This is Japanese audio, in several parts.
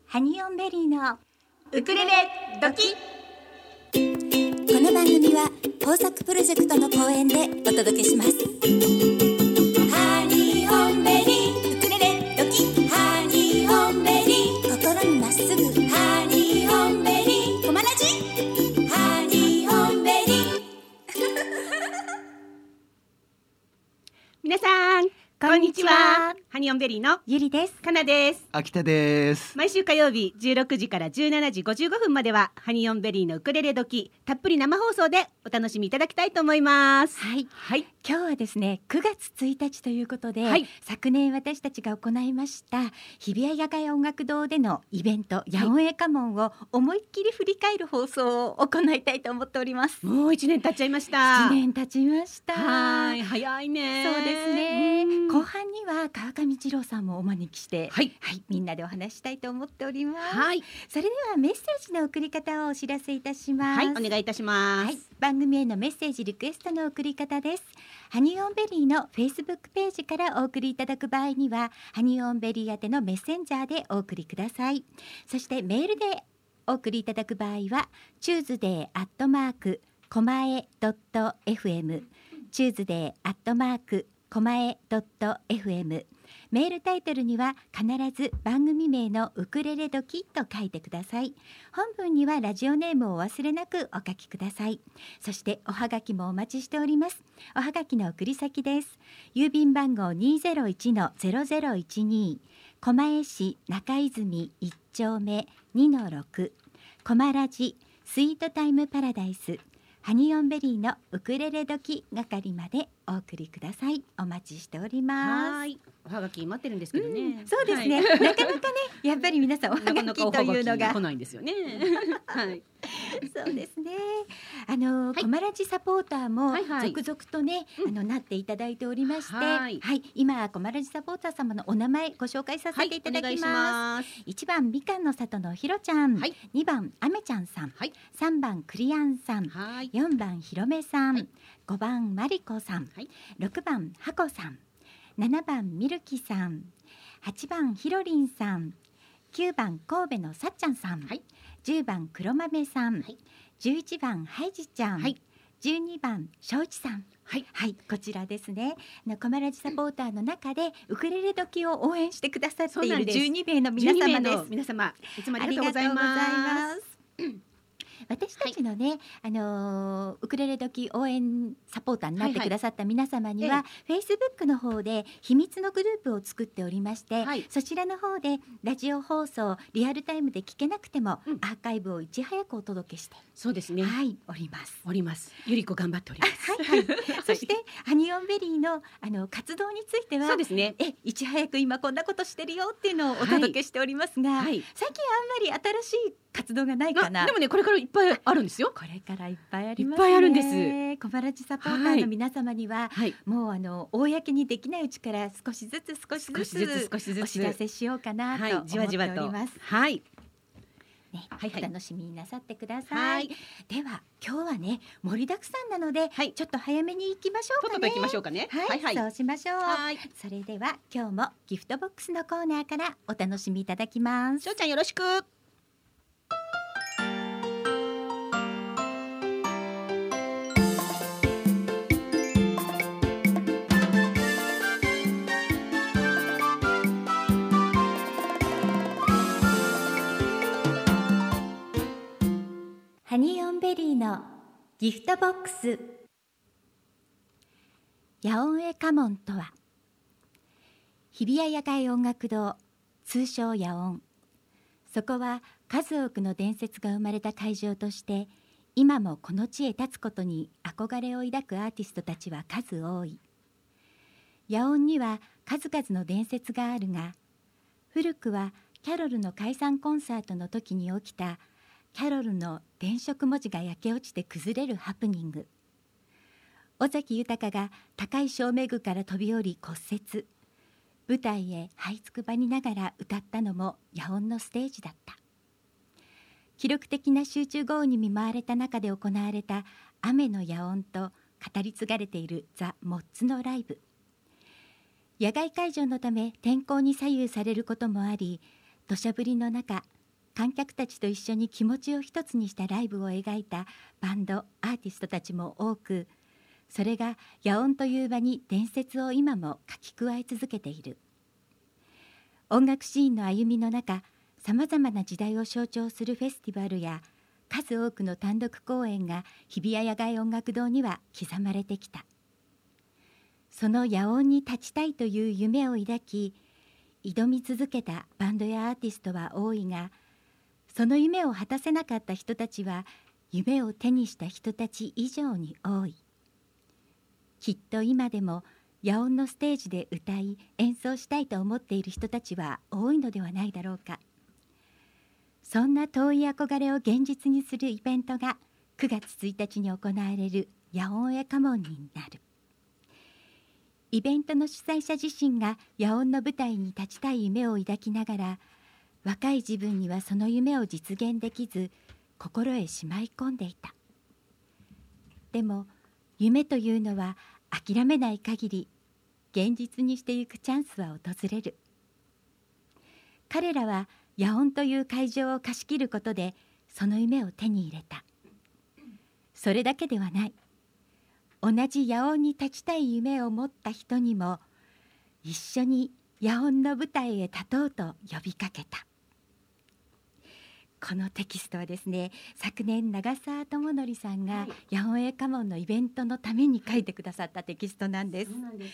ハニオンベリーのウクレレドキ。 この番組は豊作プロジェクトの公演でお届けします。ハニオンベリーウクレレドキ。ハニオンベリー心にまっすぐ。ハニオンベリーコマラジ。ハニオンベリー皆さんこんにちは。ハニオンベリーのゆりです。 かなです。 秋田です。 毎週火曜日16時から17時55分まではハニオンベリーのウクレレ時たっぷり生放送でお楽しみいただきたいと思います。 はい、 はい、 今日はですね9月1日ということで、 はい、 昨年私たちが行いました日比谷野外音楽堂でのイベント、野音エカモンを思いっきり振り返る放送を行いたいと思っております。 もう1年経っちゃいました。 1年経ちました。 はい、早いね。 そうですね。後半には川上二郎さんもお招きして、 はい、 はい、みんなでお話したいと思っております。 はい、 それではメッセージの送り方をお知らせいたします。 はい、お願いいたします。 はい、番組へのメッセージリクエストの送り方です。ハニオンベリーの Facebook ページからお送りいただく場合にはハニオンベリー宛てのメッセンジャーでお送りください。そしてメールでお送りいただく場合は tuesday@komae.fm tuesday@komae.fm メールタイトルには必ず番組名のウクレレドキと書いてください。本文にはラジオネームをお忘れなくお書きください。そしておはがきもお待ちしております。おはがきの送り先です。郵便番号 201-0012 狛江市中泉1丁目 2-6 コマラジスイートタイムパラダイスハニオンベリーのウクレレ時係までお送りください。お待ちしております。 はい、おはがき待ってるんですけどね。 そうですね、 はい、 なかなかねやっぱり皆さんおはがきというのが来ないんですよね。はい、 そうですね。 はい、 コマラジサポーターもはいはい、 続々とね、なっていただいておりまして、 はい、 はい、今コマラジサポーター様のお名前ご紹介させていただきます。1番みかんの里のひろちゃん、はい、2番あめちゃんさん、はい、3番クリアンさん、はい、4番ひろめさん、はい、5番まりこさん、はい、6番はこさん、7番みるきさん、8番ひろりんさん、9番神戸のさっちゃんさん、はい、10番黒豆さん、はい、11番はいじちゃん、はい、12番しょうちさん、はい、はい、こちらですね。コマラジサポーターの中でウクレレ時を応援してくださっている12名の皆様です。 皆様いつもありがとうございます。 私たちのね、ウクレレ時応援サポーターになってくださった皆様には、Facebook の方で秘密のグループを作っておりまして、はい、そちらの方でラジオ放送リアルタイムで聞けなくても、アーカイブをいち早くお届けして、 そうですね、 はい、おります。 ゆりこ頑張っております。 はい、はい、そしてハニオンベリーの活動については、 そうですね、 いち早く今こんなことしてるよっていうのをお届けしておりますが、はい、最近あんまり新しい活動がないかな。 でもね、これからいっぱいあるんですよ。 これからいっぱいありますね。 いっぱいあるんです。 コマラジサポーターの皆様には、はい、もう公にできないうちから少しずつお知らせしようかなと思っております。 じわじわと、はいね、はいはい、お楽しみになさってください。はい、では今日はね盛りだくさんなので、はい、ちょっと早めに行きましょうかね。 とっとと行きましょうかね。 はい、はいはい、そうしましょう。 はい、 それでは今日もギフトボックスのコーナーからお楽しみいただきます。 しょうちゃんよろしく。 ハニオンベリーのギフトボックス。野音エカモンとは、日比谷野外音楽堂、通称野音。そこは数多くの伝説が生まれた会場として今もこの地へ立つことに憧れを抱くアーティストたちは数多い。野音には数々の伝説があるが、古くはキャロルの解散コンサートの時に起きたキャロルの電飾文字が焼け落ちて崩れるハプニング、尾崎豊が高い照明具から飛び降り骨折、舞台へ這いつくばりながら歌ったのも野音のステージだった。記録的な集中豪雨に見舞われた中で行われた雨の野音と語り継がれているザ・モッツのライブ。野外会場のため天候に左右されることもあり、土砂降りの中観客たちと一緒に気持ちを一つにしたライブを描いたバンドアーティストたちも多く、それが野音という場に伝説を今も書き加え続けている。音楽シーンの歩みの中、さまざまな時代を象徴するフェスティバルや数多くの単独公演が日比谷野外音楽堂には刻まれてきた。その野音に立ちたいという夢を抱き、挑み続けたバンドやアーティストは多いが、その夢を果たせなかった人たちは夢を手にした人たち以上に多い。きっと今でも野音のステージで歌い演奏したいと思っている人たちは多いのではないだろうか。そんな遠い憧れを現実にするイベントが9月1日に行われる野音へカモンになる。イベントの主催者自身が野音の舞台に立ちたい夢を抱きながら、若い自分にはその夢を実現できず心へしまい込んでいた。でも夢というのは諦めない限り現実にしていくチャンスは訪れる。彼らは野音という会場を貸し切ることでその夢を手に入れた。それだけではない。同じ野音に立ちたい夢を持った人にも一緒に野音の舞台へ立とうと呼びかけた。このテキストはですね、昨年長澤智則さんが野音へカモンのイベントのために書いてくださったテキストなんです。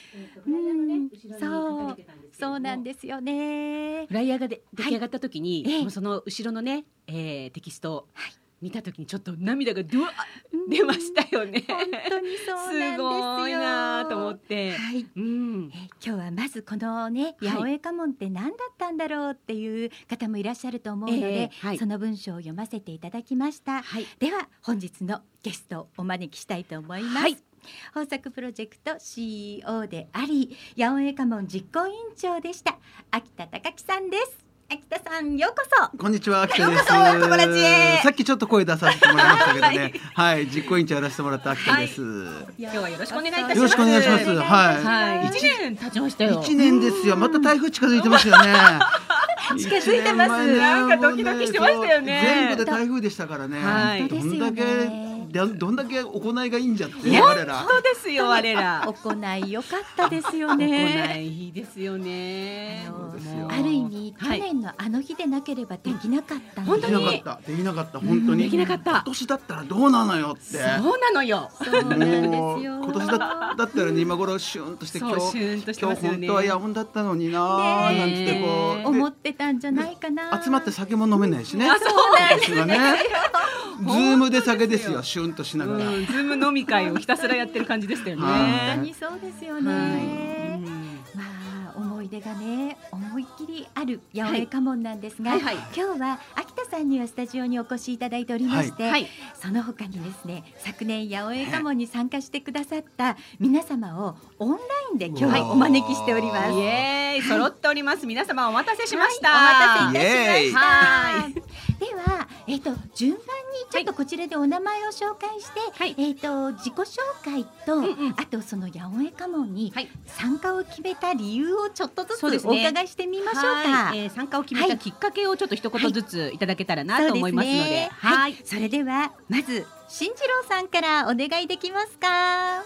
そうなんですよね。 フライヤーが出来上がった時に、もうその後ろのね、テキストを見た時にちょっと涙が出ましたよね。 本当にそうなんですよ。 すごいなと思って、 今日はまずこのね、野音へカモンって何だったんだろうっていう方もいらっしゃると思うので、その文章を読ませていただきました。では本日のゲストをお招きしたいと思います。豊作プロジェクト CEO であり野音へカモン実行委員長でした秋田隆樹さんです。秋田さん、ようこそ。 こんにちは、秋田です。 友達へ。 さっきちょっと声出させてもらいましたけどね実行委員長やらせてもらった秋田です。 今日はよろしくお願いいたします。 よろしくお願いします。 1年経ちましたよ。 1年ですよ。また台風近づいてますよね。 近づいてます。なんかドキドキしてましたよね。 全部で台風でしたからね。どんだけ行いがいいんじゃって。 我ら。そうですよ、我ら。 行い良かったですよね。 行いいいですよね。 ある意味去年のあの日でなければできなかった本当にできなかった本当にできなかった。 今年だったらどうなのよって。 そうなのよ。 そうなんですよ。 今年だったらね、今頃シュンとして今日本当は野音だったのにななんてこう思ってたんじゃないかな。 集まって酒も飲めないしね。 そうなんですよね。ズームで酒ですよ、シュンとしながら。 ズーム飲み会をひたすらやってる感じでしたよね。 本当にそうですよね。思い出がね、思いっきりある野音へカモンなんですが、今日は秋田さんにはスタジオにお越しいただいておりまして、その他にですね、昨年野音へカモンに参加してくださった皆様をオンラインで今日お招きしております。 イエーイ、揃っております。皆様お待たせしました。 お待たせいたしました。では、順番にちょっとこちらでお名前を紹介して、自己紹介と、あとその野音へカモンに参加を決めた理由をちょっとずつお伺いしてみましょうか。 参加を決めたきっかけをちょっと一言ずついただけたらなと思いますので、 それではまず進次郎さんからお願いできますか。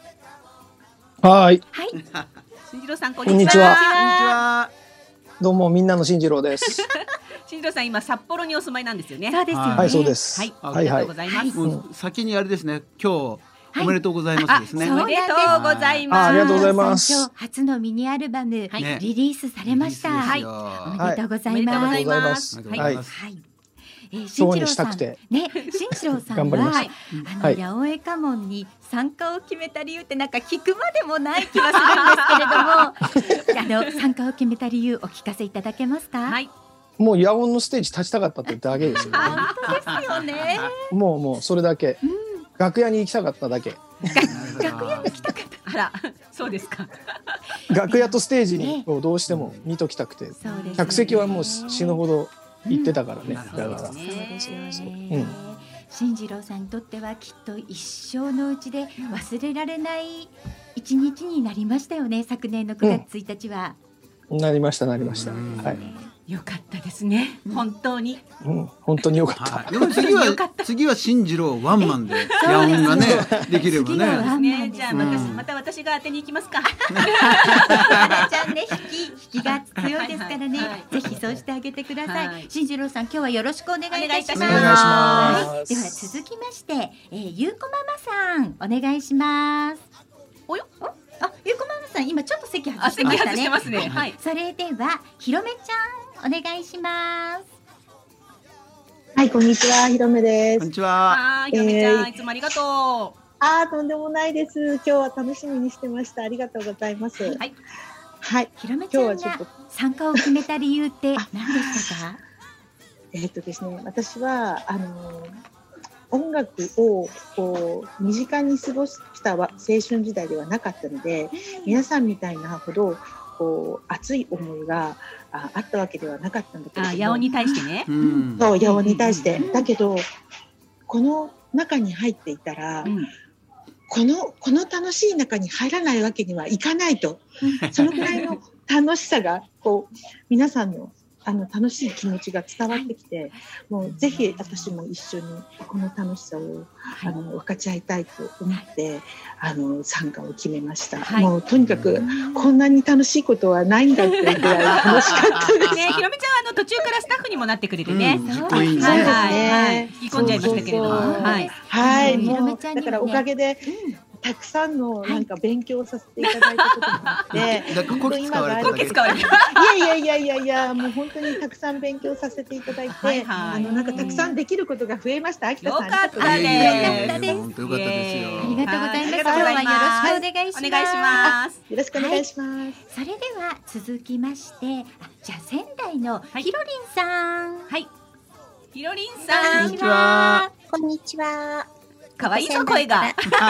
進次郎さん、こんにちは。 どうも、みんなの進次郎です。 進次郎さん、今札幌にお住まいなんですよね。 そうですよね。 はい、そうです。 ありがとうございます。 先にあれですね、今日おめでとうございますですね。 おめでとうございます。 ありがとうございます。 今日初のミニアルバムリリースされました。おめでとうございます。 ありがとうございます。 進次郎さん、進次郎さんは野音へカモンに参加を決めた理由ってなんか聞くまでもない気がするんですけれども、参加を決めた理由お聞かせいただけますか。 もう野音のステージ立ちたかったってだけですよね。 本当ですよね。 もうそれだけ。楽屋に行きたかっただけ。 楽屋に行きたかった。 あら、そうですか。 楽屋とステージにどうしても見ときたくて、客席はもう死ぬほど行ってたからね。だから。そうですよね。進次郎さんにとってはきっと一生のうちで忘れられない一日になりましたよね。昨年の9月1日は。 なりました。はい。 よかったですね。本当に。 本当によかった。 でも次は進次郎ワンマンで野音がねできればね。 じゃあまた私が当てに行きますか。 花ちゃんね引きが強いですからね。ぜひそうしてあげてください。進次郎さん今日はよろしくお願いいたします。 お願いします。 では続きましてゆうこママさんお願いします。およ。ゆうこママさん今ちょっと席外してましたね。はい。それではひろめちゃんお願いします。 はい、こんにちは、ひろめです。 こんにちは。 ひろめちゃん、いつもありがとう。とんでもないです。今日は楽しみにしてました。ありがとうございます。 はい。はい。ひろめちゃんが参加を決めた理由って何でしたか？ ですね、私は音楽をこう身近に過ごした青春時代ではなかったので、皆さんみたいなほどこう熱い思いがあったわけではなかったんだけども、 野音に対してね。 そう、野音に対して。だけどこの中に入っていたら、この楽しい中に入らないわけにはいかないと、そのくらいの楽しさがこう皆さんの楽しい気持ちが伝わってきて、もうぜひ私も一緒にこの楽しさを分かち合いたいと思って参加を決めました。もうとにかくこんなに楽しいことはないんだっていうぐらい楽しかったです。 ひろみちゃんは途中からスタッフにもなってくれてね。 実行委員ね。引き込んじゃいましたけれども。 はい。もうだからおかげで。たくさんのなんか勉強させていただいたこともあって、 本当今がいやもう本当にたくさん勉強させていただいて、なんかたくさんできることが増えました。秋田さん、 よかったです。 本当よかったですよ。 ありがとうございます。今日はよろしくお願いします。 よろしくお願いします。 それでは続きまして、じゃあ仙台のひろりんさん。 はい。ひろりんさん。 こんにちは。 こんにちは。 可愛いの声が。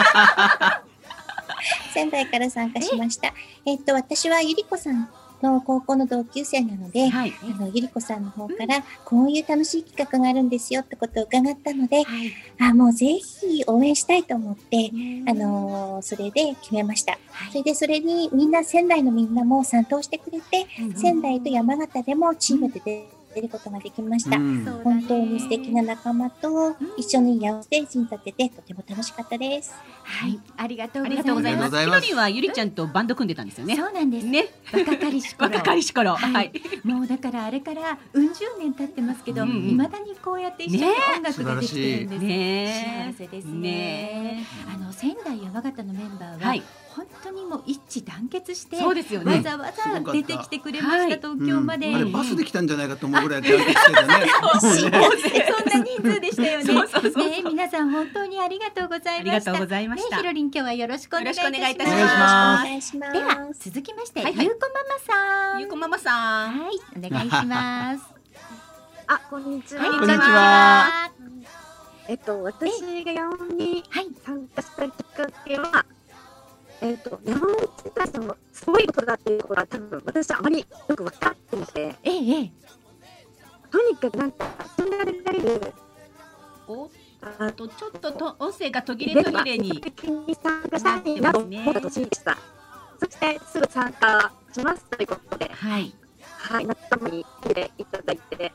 仙台から参加しました。私はゆりこさんの高校の同級生なので、ゆりこさんの方からこういう楽しい企画があるんですよってことを伺ったので、もうぜひ応援したいと思って、それで決めました。それに仙台のみんなも賛同してくれて、仙台と山形でもチームで出ることができました。本当に素敵な仲間と一緒にヤオステージに立ててとても楽しかったです。 はい、ありがとうございます。 ひろりんはゆりちゃんとバンド組んでたんですよね。 そうなんですね。若かりし頃。はい。もうだからあれからうん十年経ってますけど、未だにこうやって一緒に音楽ができてるんです。幸せですね。仙台山形のメンバーは本当にもう一致団結して、わざわざ出てきてくれました。東京まで。 あれバスで来たんじゃないかと思うぐらい団結してたね。 そんな人数でしたよね。皆さん本当にありがとうございました。 ありがとうございました。 ひろりん今日はよろしくお願いいたします。 お願いします。 では続きましてゆうこママさん。 ゆうこママさん。 はい、お願いします。 こんにちは。 こんにちは。 私が野音に参加したきっかけは、野音に対してもすごいことだっていうことが多分私はあまりよく分かっていて、とにかくなんか遊んでられる。 ちょっと音声が途切れに参加したいなと思った年でした。そしてすぐ参加しますということで、仲間に来ていただいて、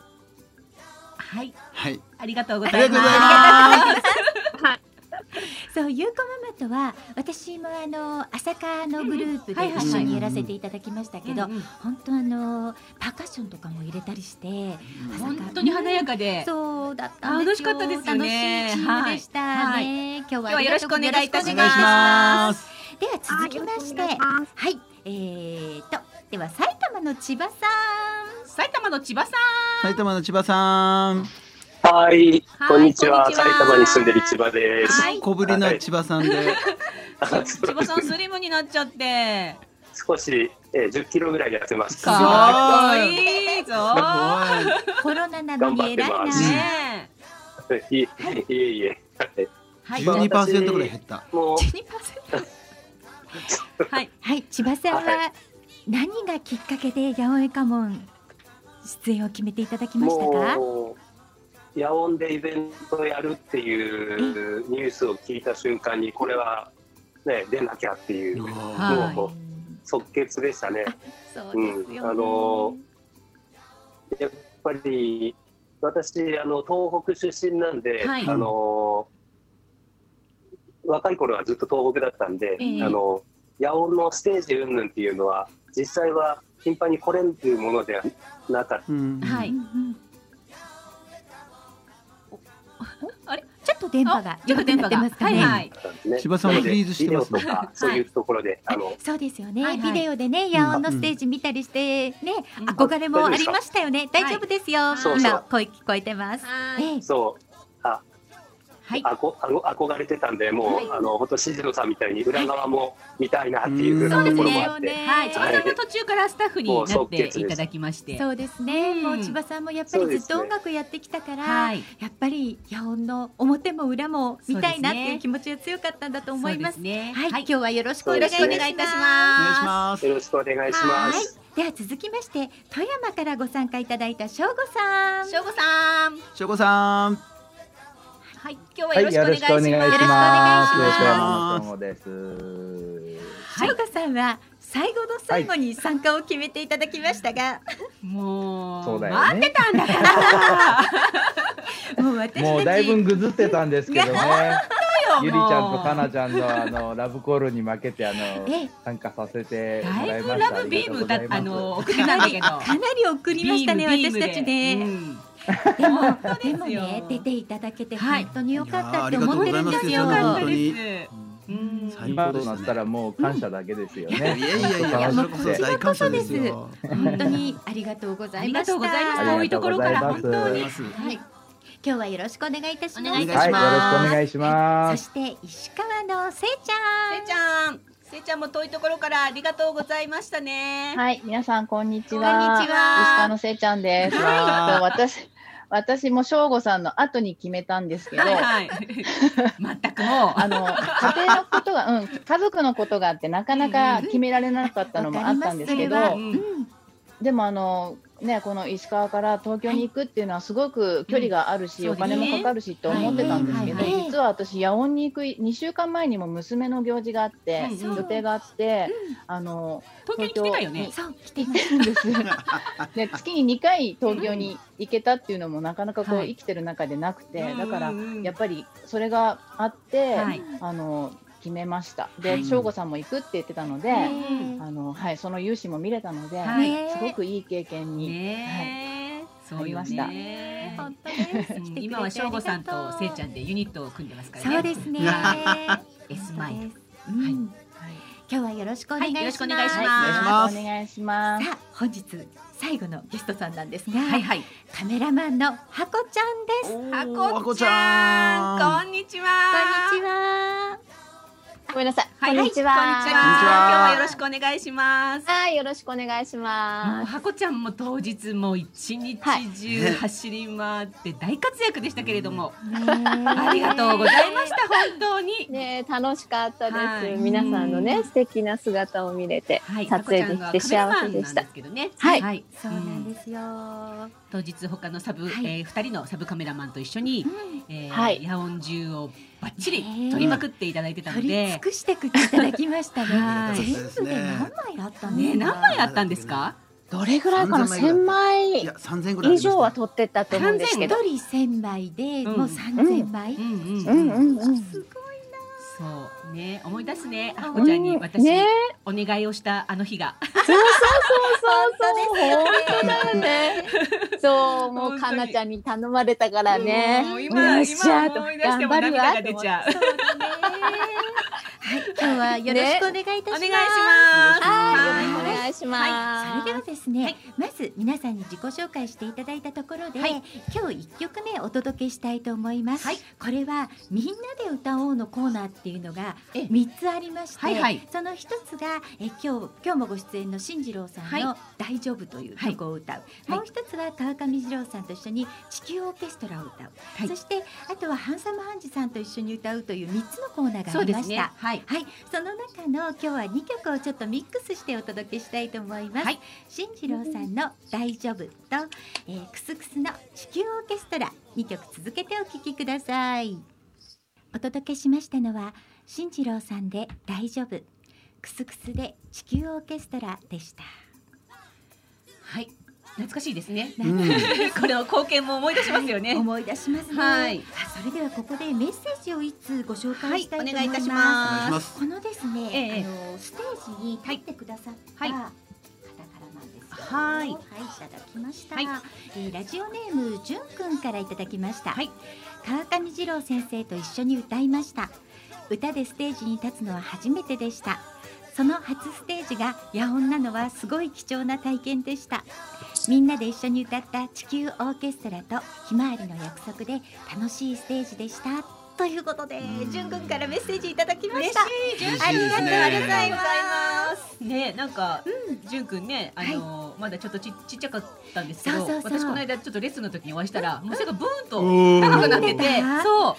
ありがとうございます。 そうゆうこママとは私も朝霞のグループで一緒にやらせていただきましたけど、本当パーカッションとかも入れたりして、 本当に華やかでそうだったんですよ。 楽しかったですよね。 楽しいチームでしたね。今日はよろしくお願いいたします。 では続きまして、では埼玉の千葉さん。 埼玉の千葉さん。 はい、こんにちは。埼玉に住んでる千葉です。 小ぶりな千葉さんで。 千葉さんスリムになっちゃって。 少し10キロぐらい痩せました。 かわいいぞ。 コロナなのに偉いな。 いえ。 12% ぐらい減った。 12%。はい、千葉さんは何がきっかけで野音エカモン出演を決めていただきましたか？ 野音でイベントをやるっていうニュースを聞いた瞬間にこれはね出なきゃっていうもう即決でしたね。 そうですよね。 やっぱり私東北出身なんで、はい、若い頃はずっと東北だったんで、野音のステージ云々っていうのは実際は頻繁に来れるというものではなかった。はい。 あれ、ちょっと電波が弱くなってますかね。はい。 千葉さんもフリーズしてますね。 そういうところで、 そうですよね。ビデオでね、野音のステージ見たりしてね、憧れもありましたよね。大丈夫ですよ。今声聞こえてます。 そう。憧れてたんで、もう本当しずろさんみたいに裏側も見たいなっていうところもあって、 千葉さんも途中からスタッフになっていただきまして、 そうですね。もう千葉さんもやっぱりずっと音楽やってきたから、やっぱり野音の表も裏も見たいなっていう気持ちが強かったんだと思います。はい、今日はよろしくお願いいたします。よろしくお願いします。 では続きまして富山からご参加いただいたしょうごさん。 しょうごさん。 しょうごさん。 はい、今日はよろしくお願いします。よろしくお願いします。しょうごさんは最後の最後に参加を決めていただきましたが、 もう待ってたんだから。 もう私もうだいぶぐずってたんですけどね。ゆりちゃんとかなちゃんのラブコールに負けて参加させてもらいました。 ラブビームだ送りなんだけど、 かなり送りましたね私たちね。でもね、出ていただけて本当に良かったって思ってるんですよ。 今となったらもう感謝だけですよね。 いやそれこそ大感謝ですよ。本当にありがとうございました。 遠いところから本当に。 今日はよろしくお願いいたします。 よろしくお願いします。 そして石川のせいちゃんも遠いところからありがとうございましたね。 はい、皆さんこんにちは。石川のせいちゃんです。私も正吾さんの後に決めたんですけど、全くもう家庭のことが、家族のことがあってなかなか決められなかったのもあったんですけど、でもこの石川から東京に行くっていうのはすごく距離があるし、お金もかかるしって思ってたんですけど、実は私野音に行く2週間前にも娘の行事があって、予定があって、 東京に来てたよね。 そう来てるんですで月に2回東京に行けたっていうのもなかなか生きてる中でなくて、だからやっぱりそれがあって、決めました。で、正吾さんも行くって言ってたので、その雄姿も見れたので、すごくいい経験になりました。 今は正吾さんとせいちゃんでユニットを組んでますからね。 そうですね。 S マイル。 今日はよろしくお願いします。 お願いします。 さあ、本日最後のゲストさんなんですが、カメラマンのはこちゃんです。 はこちゃん、こんにちは。 こんにちは。 ごめんなさい。 こんにちは。今日はよろしくお願いします。 はい、よろしくお願いします。 はこちゃんも当日も一日中走り回って大活躍でしたけれども、ありがとうございました。本当にね、楽しかったです。皆さんのね素敵な姿を見れて撮影できて幸せでした。 はい、そうなんですよ。 当日他のサブ2人のサブカメラマンと一緒に野音中をバッチリ撮りまくっていただいてたので、 尽くしてくっていただきましたね。全部で何枚あったね。何枚あったんですか？ どれぐらいかな、1000枚以上は撮ってたと思うんですけど、 1人1000枚でもう3000枚。すごいな。 そうね、思い出すね。はこちゃんに私お願いをしたあの日が。 そう本当だよね。そうもうかなちゃんに頼まれたからね。 今思い出しても涙が出ちゃう。 今日はよろしくお願いいたします。 お願いします。 お願いします。 それではですね、まず皆さんに自己紹介していただいたところで、今日1曲目お届けしたいと思います。これはみんなで歌おうのコーナーっていうのが3つありまして、その1つが今日もご出演の進次郎さんの大丈夫という曲を歌う。もう1つは川上二郎さんと一緒に地球オーケストラを歌う。そしてあとはハンサムハンジさんと一緒に歌うという3つのコーナーがありました。その中の今日は2曲をちょっとミックスしてお届けしたいと思います。進次郎さんの大丈夫と、クスクスの地球オーケストラ、2曲続けてお聴きください。お届けしましたのは進次郎さんで大丈夫、クスクスで地球オーケストラでした。 はい、 懐かしいですね。これの貢献も思い出しますよね。 思い出しますね。 はい。 それではここでメッセージをいつご紹介したいと思います。 お願いいたします。 このですね、ステージに入ってくださった方からなんですけど、はい、いただきました。ラジオネームじゅんくんからいただきました。川上二郎先生と一緒に歌いました。歌でステージに立つのは初めてでした。その初ステージが野音なのはすごい貴重な体験でした。みんなで一緒に歌った地球オーケストラとひまわりの約束で楽しいステージでしたということで、じゅんくんからメッセージいただきました。ありがとうございます。 ね、なんかじゅんくんね、まだちょっとちっちゃかったんですけど、私この間ちょっとレッスンの時にお会いしたら、もう背がブーンと高くなってて、そう、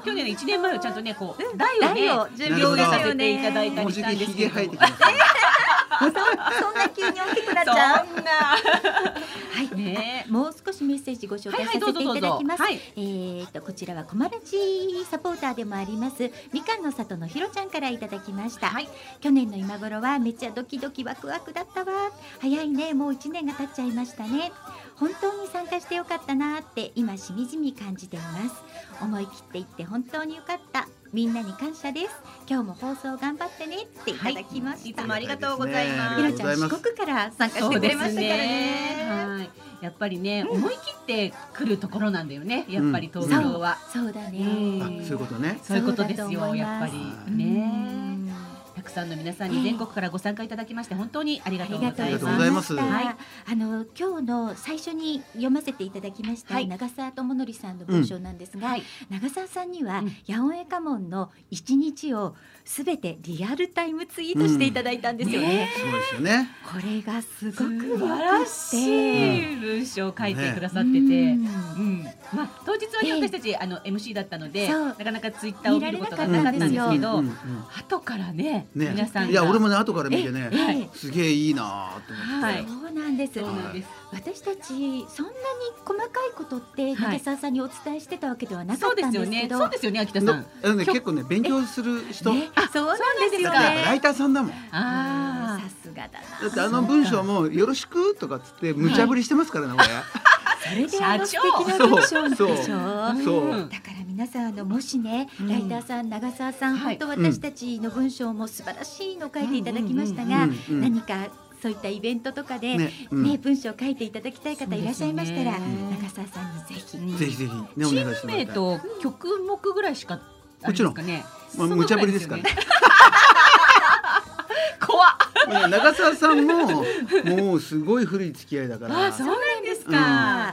去年の1年前はちゃんとね、こう台をね準備させていただいたりしたんですけど、 そんな急に大きくなっちゃう。そんな。はい、ね、もう少しメッセージご紹介させていただきます。こちらはコマラジサポーターでもありますみかんの里のひろちゃんからいただきました。去年の今頃はめっちゃドキドキワクワクだったわ。早いね、もう1年が経っちゃいましたね。本当に参加してよかったなって今しみじみ感じています。思い切っていって本当によかった。みんなに感謝です。今日も放送頑張ってねっていただきました。 いつもありがとうございます。 ひろちゃん四国から参加してくれましたからね。 やっぱりね、思い切って来るところなんだよね。やっぱり東京は。 そうだね。 そういうことね。 そういうことですよ。やっぱりね。たくさんの皆さんに全国からご参加いただきまして本当にありがとうございます。 今日の最初に読ませていただきました長澤智則さんの文章なんですが、長澤さんには八尾絵家紋の一日をすべてリアルタイムツイートしていただいたんですよね。 そうですよね。 これがすごく素晴らしい文章を書いてくださってて、まあ当日は私たちMC だったのでなかなかツイッターを見ることがなかったんですけど、後からね。皆さん、 いや俺もね後から見てね、すげえいいなと思って。 そうなんです。私たちそんなに細かいことって長澤さんにお伝えしてたわけではなかったんですけど、 そうですよね秋田さん。 結構ね勉強する人、 そうなんですよね。 ライターさんだもん。 さすがだな。 だって文章もよろしくとかっつって無茶ぶりしてますからね俺。 それで素敵な文章でしょ。だから皆さんもしねライターさん長澤さん本当私たちの文章も素晴らしいの書いていただきましたが、何かそういったイベントとかで文章を書いていただきたい方いらっしゃいましたら長澤さんにぜひぜひねお願いします。 チーム名と曲目ぐらいしかもちろん無茶ぶりですから。 怖っ。 長澤さんももうすごい古い付き合いだから。 そうなんですか。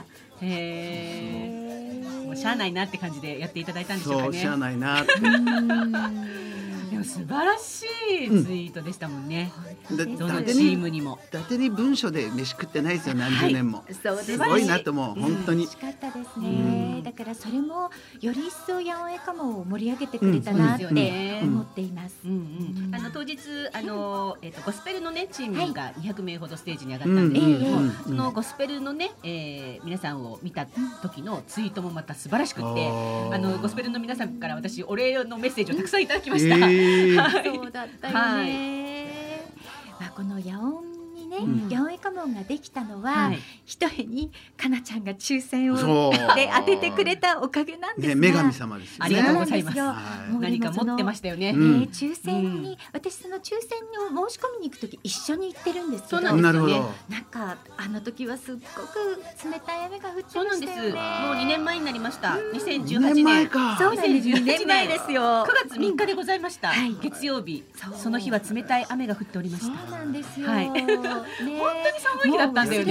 もうしゃあないなって感じでやっていただいたんでしょうかね。 そうしゃあないな。 でも素晴らしいツイートでしたもんね。どのチームにも。 伊達に文章で飯食ってないですよ何十年も。すごいなと思う本当に。 美味しかったですね。だからそれもより一層八尾絵家紋を盛り上げてくれたなって思っています。 当日ゴスペルのねチームが200名ほどステージに上がったんですけれども、そのゴスペルのね皆さんを見た時のツイートもまた素晴らしくってゴスペルの皆さんから私お礼のメッセージをたくさんいただきました。 そうだったよね。この八尾にね八尾絵家紋ができたのはひとえにかなちゃんが抽選をで当ててくれたおかげなんですが、 女神様ですよね。 ありがとうございます。何か持ってましたよね。 抽選に私その抽選を申し込みに行くとき一緒に行ってるんですけど、 なるほど。 なんか時はすっごく冷たい雨が降ってましたよね。そうなんです。 もう2年前になりました。2018年。 そうなんです。2年前ですよ。 9月3日でございました。月曜日。その日は冷たい雨が降っておりました。 そうなんですよ。 本当に寒い日だったんだよね。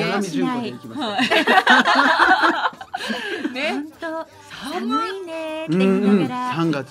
本当寒いねって言いながら 3月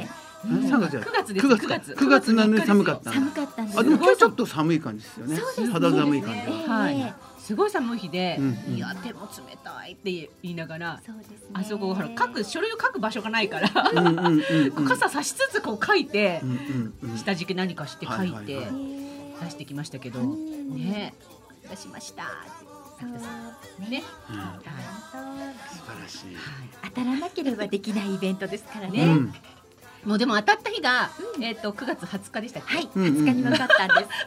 9月なのに寒かったんです。 でも今日ちょっと寒い感じですよね。肌寒い感じ。 すごい寒い日で、いや手も冷たいって言いながら、あそこ書類を書く場所がないから傘差しつつこう書いて、下敷き何かして書いて出してきましたけどね、出しましたね。 素晴らしい。 当たらなければできないイベントですからね。 もうでも当たった日が9月20日でしたっけ。 はい、20日に分かったんです。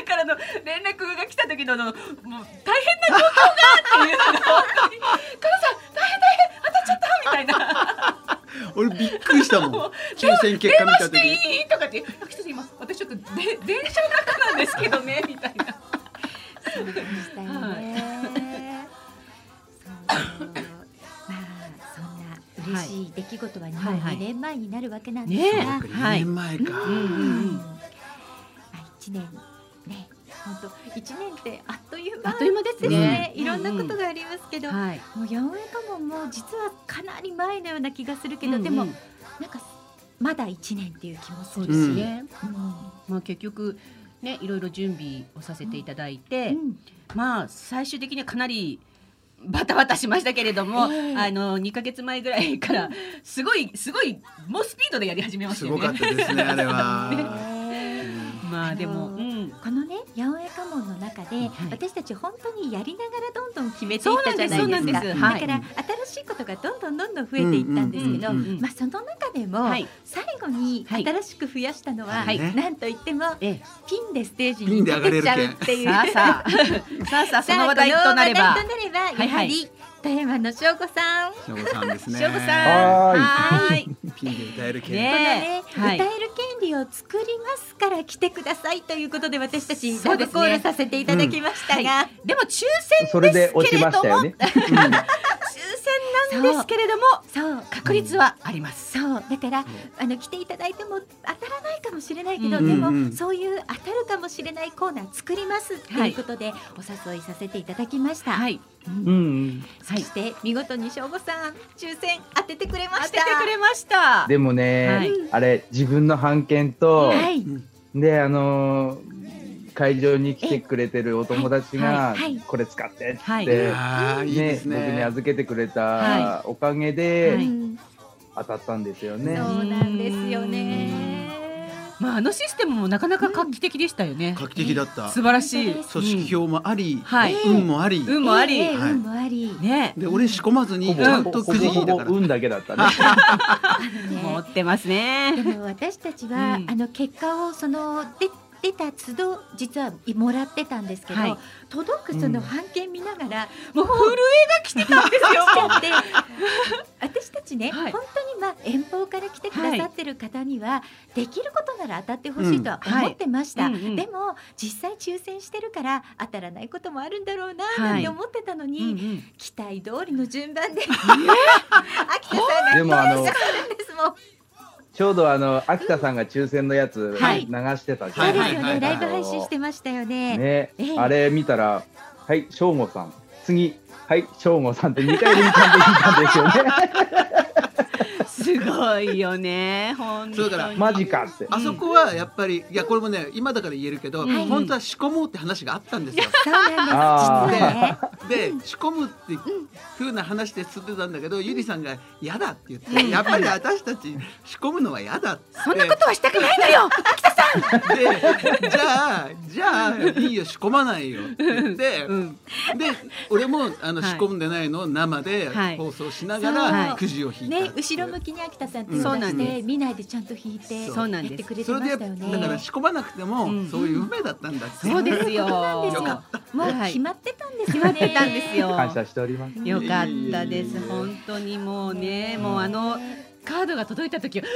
方からの連絡が来た時のもう大変な状況がっていうのが本当にカナさん大変当たっちゃったみたいな。 俺びっくりしたもん。抽選結果見た時に。電話していいとかって今私ちょっと電車の中なんですけどねみたいな。 そうでしたよね。まあそんな嬉しい出来事は2年前になるわけなんですが、 2年前か。 1年ね。本当1年ってあっという間ですね。いろんなことがありますけど、もう八百屋家紋も実はかなり前のような気がするけど、でもなんかまだ1年っていう気もするしね。 まあ結局ね、いろいろ準備をさせていただいて、まあ最終的にはかなりバタバタしましたけれども、2ヶ月前ぐらいからすごいもうスピードでやり始めましたよね。 すごかったですねあれは。 まあでもこのね八百屋家紋の中で私たち本当にやりながらどんどん決めていったじゃないですか。だから新しいことがどんどん増えていったんですけど、まあその中でも最後に新しく増やしたのはなんといってもピンでステージに出てちゃうっていう。 さあその話題となればやはり富山のしょうごさん。 しょうごさんですね。 しょうごさん。 はい。ピンで歌える権利。歌える権利を作りますから来てくださいということで私たちラブコールさせていただきましたが、 でも抽選ですけれども、抽選なんですけれども、そう確率はあります。 そうだから来ていただいても当たらないかもしれないけど、でもそういう当たるかもしれないコーナー作りますっていうことでお誘いさせていただきました。はい。そして見事にしょうごさん抽選当ててくれました。 でもね、あれ自分の版権と、で会場に来てくれてるお友達がこれ使ってって僕に預けてくれたおかげで当たったんですよね。 そうなんですよね。 まあシステムもなかなか画期的でしたよね。 画期的だった。 素晴らしい。 組織票もあり、運もあり、 ね。 で俺仕込まずにちゃんとくじ引いたから。 運だけだったね。 持ってますね。 でも私たちは結果を出た都度実はもらってたんですけど、届くその版権見ながらもう震えが来てたんですよ。 私たちね、本当に遠方から来てくださってる方にはできることなら当たってほしいとは思ってました。でも実際抽選してるから当たらないこともあるんだろうななんて思ってたのに、期待通りの順番で秋田さんがでも当選るんですもん。 ちょうど秋田さんが抽選のやつ流してたじゃないですか。 そうですよね。ライブ配信してましたよね。 あれ見たらはいしょうごさん、次はいしょうごさんって2回連チャンで聞いたんですよね。 すごいよね。本当にマジかって。 あそこはやっぱりこれもね今だから言えるけど、本当は仕込もうって話があったんですよ。 そうなんです。実はで仕込むって風な話で進んでたんだけど、ゆりさんが嫌だって言って、やっぱり私たち仕込むのは嫌だって。 そんなことはしたくないのよ秋田さん。 でじゃあいいよ仕込まないよって言って、で俺も仕込んでないのを生で放送しながらくじを引いた。 後ろ向きに秋田さんって言い出して見ないでちゃんと引いてやってくれてましたよね。 だから仕込まなくてもそういう運命だったんだって。 そうですよ。 もう決まってたんですよね。 決まってたんですよ。 感謝しております。 よかったです。本当にもうね、もうカードが届いた時は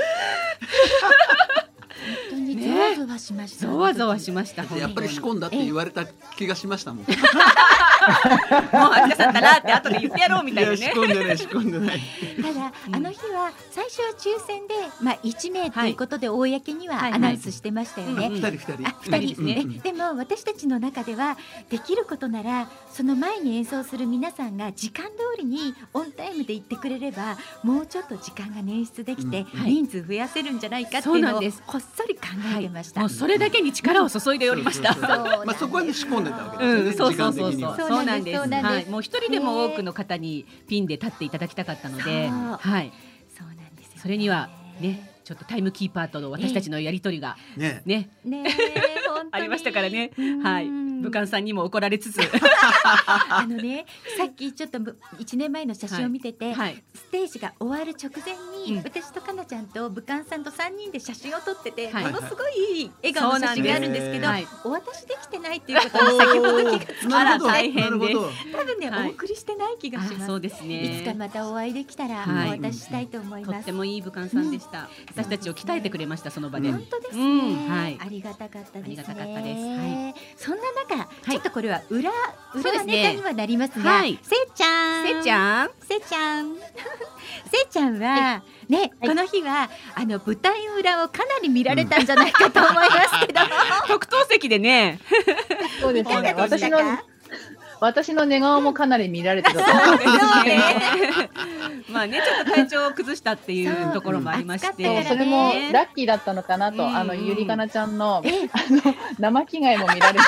本当にゾワゾワしました。 ゾワゾワしました。 やっぱり仕込んだって言われた気がしましたもん。 もう秋田さんだなって後で言ってやろうみたいなね。 仕込んでない。 ただあの日は最初は抽選で1名ということで公にはアナウンスしてましたよね。 2人ですね。でも私たちの中ではできることならその前に演奏する皆さんが時間通りにオンタイムで行ってくれればもうちょっと時間が捻出できて人数増やせるんじゃないかっていうのをこっそり考えてました。 もうそれだけに力を注いでおりました。 そこは仕込んでたわけですよね。時間的には。 そうなんです。もう一人でも多くの方にピンで立っていただきたかったので、はい。そうなんですよ。それにはね、ちょっとタイムキーパーとの私たちのやり取りがねありましたからね。はい。武漢さんにも怒られつつ、 さっきちょっと1年前の写真を見てて、スステージが終わる直前に、私とかなちゃんと武漢さんと3人で写真を撮ってて、ものすごいいい笑顔の写真があるんですけど、お渡しできてないっていうことに先ほど気がつきました。 大変です。 多分ね、お送りしてない気がします。 そうですね。 いつかまたお会いできたらお渡ししたいと思います。 とってもいい武漢さんでした。私たちを鍛えてくれました、その場で。 本当ですね。ありがたかったですね。そんな中、ちょっとこれは裏ネタにはなりますが、せいちゃんはね、この日は舞台裏をかなり見られたんじゃないかと思いますけど、 特等席でね。 そうですね。私の寝顔もかなり見られてた。 まあね、ちょっと体調を崩したっていうところもありまして、 それもラッキーだったのかなと、ゆりかなちゃんの生着替えも見られて。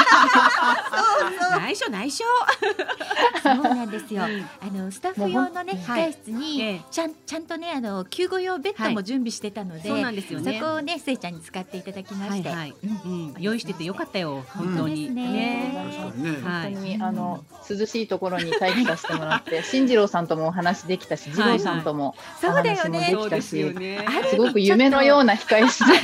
内緒。 そうなんですよ。スタッフ用のね控室にちゃんとね救護用ベッドも準備してたので、そこをねせいちゃんに使っていただきまして、 用意しててよかったよ、本当にね。 本当に涼しいところに待機させてもらって、進次郎さんともお話できたし、次郎さんともお話もできたし、すごく夢のような控室でした。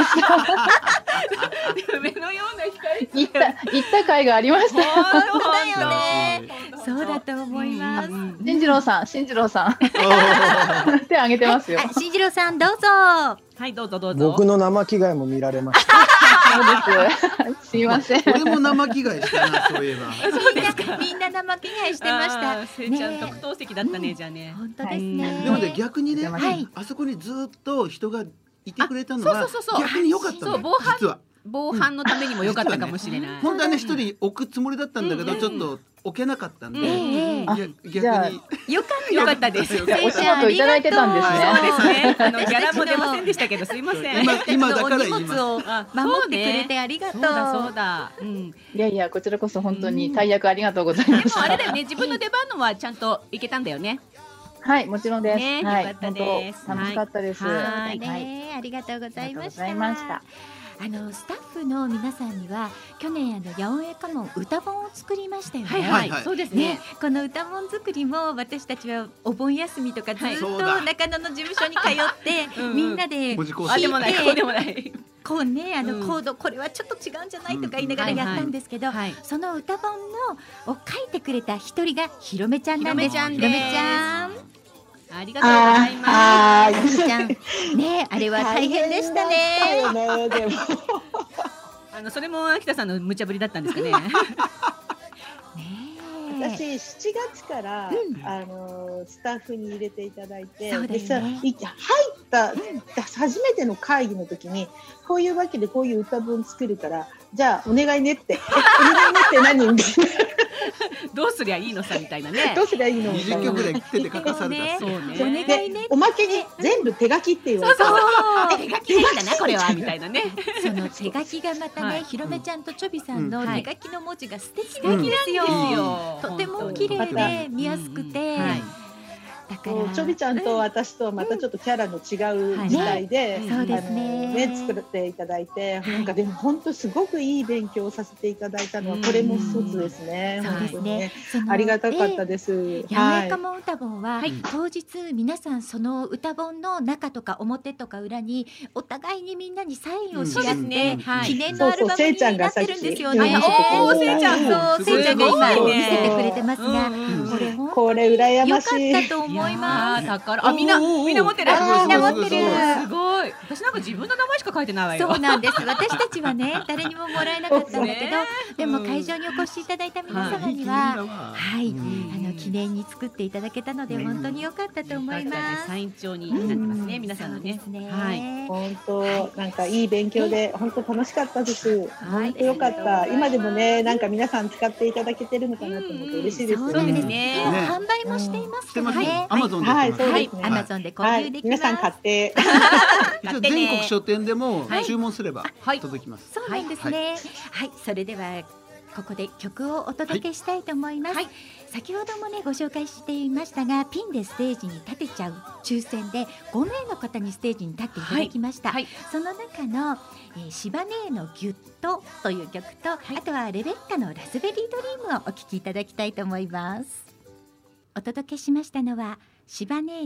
夢のような控室。 行った甲斐がありました。 そうだよね。そうだと思います。 進次郎さん、手挙げてますよ。 進次郎さんどうぞ。 はい、どうぞ。 僕の生着替えも見られました。 そうです。すいません。 俺も生着替えしたな、そういえば。 みんな生着替えしてました。 せいちゃん特等席だったね、じゃあね。 本当ですね。 でもね、逆にね、あそこにずっと人がいてくれたのは逆に良かったの。実は。 防犯のためにも良かったかもしれない。 本当はね、一人置くつもりだったんだけど、ちょっと置けなかったんで、逆に良かったです。 お仕事いただいてたんですね。 そうですね。ギャラも出ませんでしたけど、すいません。 今だから言います。 お荷物を守ってくれてありがとう。 そうだ。 いやこちらこそ本当に大役ありがとうございました。 でもあれだよね、自分の出番のはちゃんといけたんだよね。 はい、もちろんです。 よかったです。 楽しかったです。 ありがとうございました。スタッフの皆さんには去年八百屋家紋歌本を作りましたよね。 はい、そうですね。 この歌本作りも私たちはお盆休みとかずっと中野の事務所に通ってみんなであでもないこうでもない。 こうねコードこれはちょっと違うんじゃないとか言いながらやったんですけど、その歌本を書いてくれた一人がひろめちゃんなんです。ひろめちゃん。ありがとうございます。ちゃん、ね、あれは大変でしたね。 それも秋田さんの無茶ぶりだったんですかね。 私7月から、スタッフに入れていただいて、入った初めての会議の時にこういうわけでこういう歌文作るからじゃあお願いねってお願いねって何みたいな。 どうすりゃいいのさみたいなね。 どうすりゃいいのみたいな。20曲ぐらい手で書かされた。 そうね。お願いね。 おまけに全部手書きって言われた。 手書きなんだなこれはみたいなね。 その手書きがまたね、ひろめちゃんとちょびさんの手書きの文字が素敵なんですよ。とても綺麗で見やすくて。だからちょびちゃんと私とまたちょっとキャラの違う時代で作っていただいて、なんかでも本当すごくいい勉強をさせていただいたのはこれも一つですね。本当にありがたかったです。 八百屋家紋歌本は当日皆さんその歌本の中とか表とか裏にお互いにみんなにサインをし合って記念のアルバムになってるんですよね。せいちゃんが今見せてくれてますが、 これ羨ましい。 よかったと思います。みんな持ってる。 みんな持ってる。 すごい。私なんか自分の名前しか書いてないわよ。 そうなんです。私たちはね、誰にももらえなかったんだけど、でも会場にお越しいただいた皆様には、記念に作っていただけたので本当に良かったと思います。 サイン帳になってますね、皆さんのね。 本当なんかいい勉強で本当楽しかったです。本当良かった。今でもね、なんか皆さん使っていただけてるのかなと思って嬉しいです。 そうですね。販売もしていますからね。 アマゾンで。 アマゾンで購入できます。 皆さん買って。 全国書店でも注文すれば届きます。 そうなんですね。はい、それではここで曲をお届けしたいと思います。先ほどもねご紹介していましたが、ピンでステージに立てちゃう抽選で5名の方にステージに立っていただきました。その中のシバネーのギュッとという曲と、あとはレベッカのラズベリードリームをお聴きいただきたいと思います。お届けしましたのはシバネーで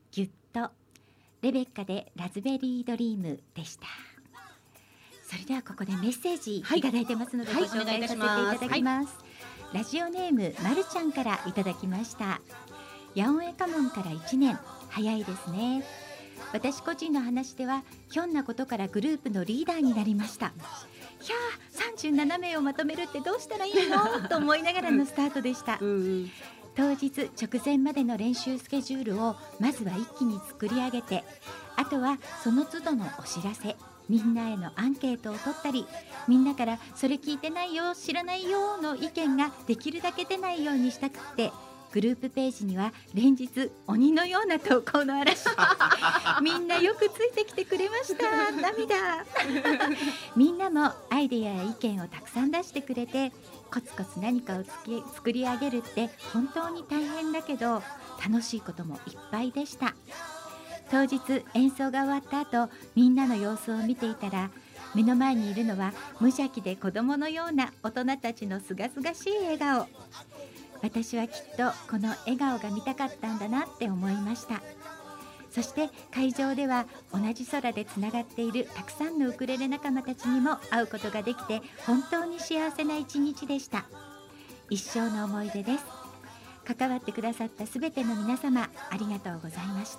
ぎゅっとレベッカでラズベリードリームでした。それではここでメッセージいただいてますので、ご紹介させていただきます。ラジオネームまるちゃんからいただきました。ヤオンエカモンから1年、早いですね。私個人の話ではひょんなことからグループのリーダーになりました。ひゃー、37名をまとめるってどうしたらいいのと思いながらのスタートでした。当日直前までの練習スケジュールをまずは一気に作り上げて、あとはその都度のお知らせ、みんなへのアンケートを取ったり、みんなからそれ聞いてないよ、知らないよの意見ができるだけ出ないようにしたくって、グループページには連日鬼のような投稿の嵐みんなよくついてきてくれました。涙みんなもアイデアや意見をたくさん出してくれて、コツコツ何かを作り上げるって本当に大変だけど楽しいこともいっぱいでした。当日演奏が終わった後、みんなの様子を見ていたら、目の前にいるのは無邪気で子供のような大人たちのすがすがしい笑顔。私はきっとこの笑顔が見たかったんだなって思いました。そして会場では同じ空でつながっているたくさんのウクレレ仲間たちにも会うことができて、本当に幸せな一日でした。一生の思い出です。関わってくださったすべての皆様、ありがとうございました。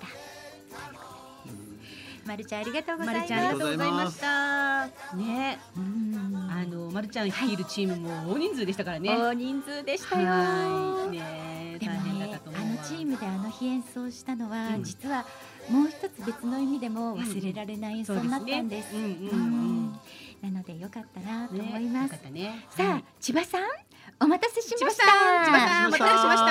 まるちゃんありがとうございました。 ありがとうございましたね。まるちゃん率いるチームも大人数でしたからね。 大人数でしたよ。 ね、 でもね、あのチームであの日演奏したのは、実はもう一つ別の意味でも忘れられない演奏になったんです。なのでよかったなと思います。さあ、千葉さんお待たせしました。 千葉さんお待たせしました。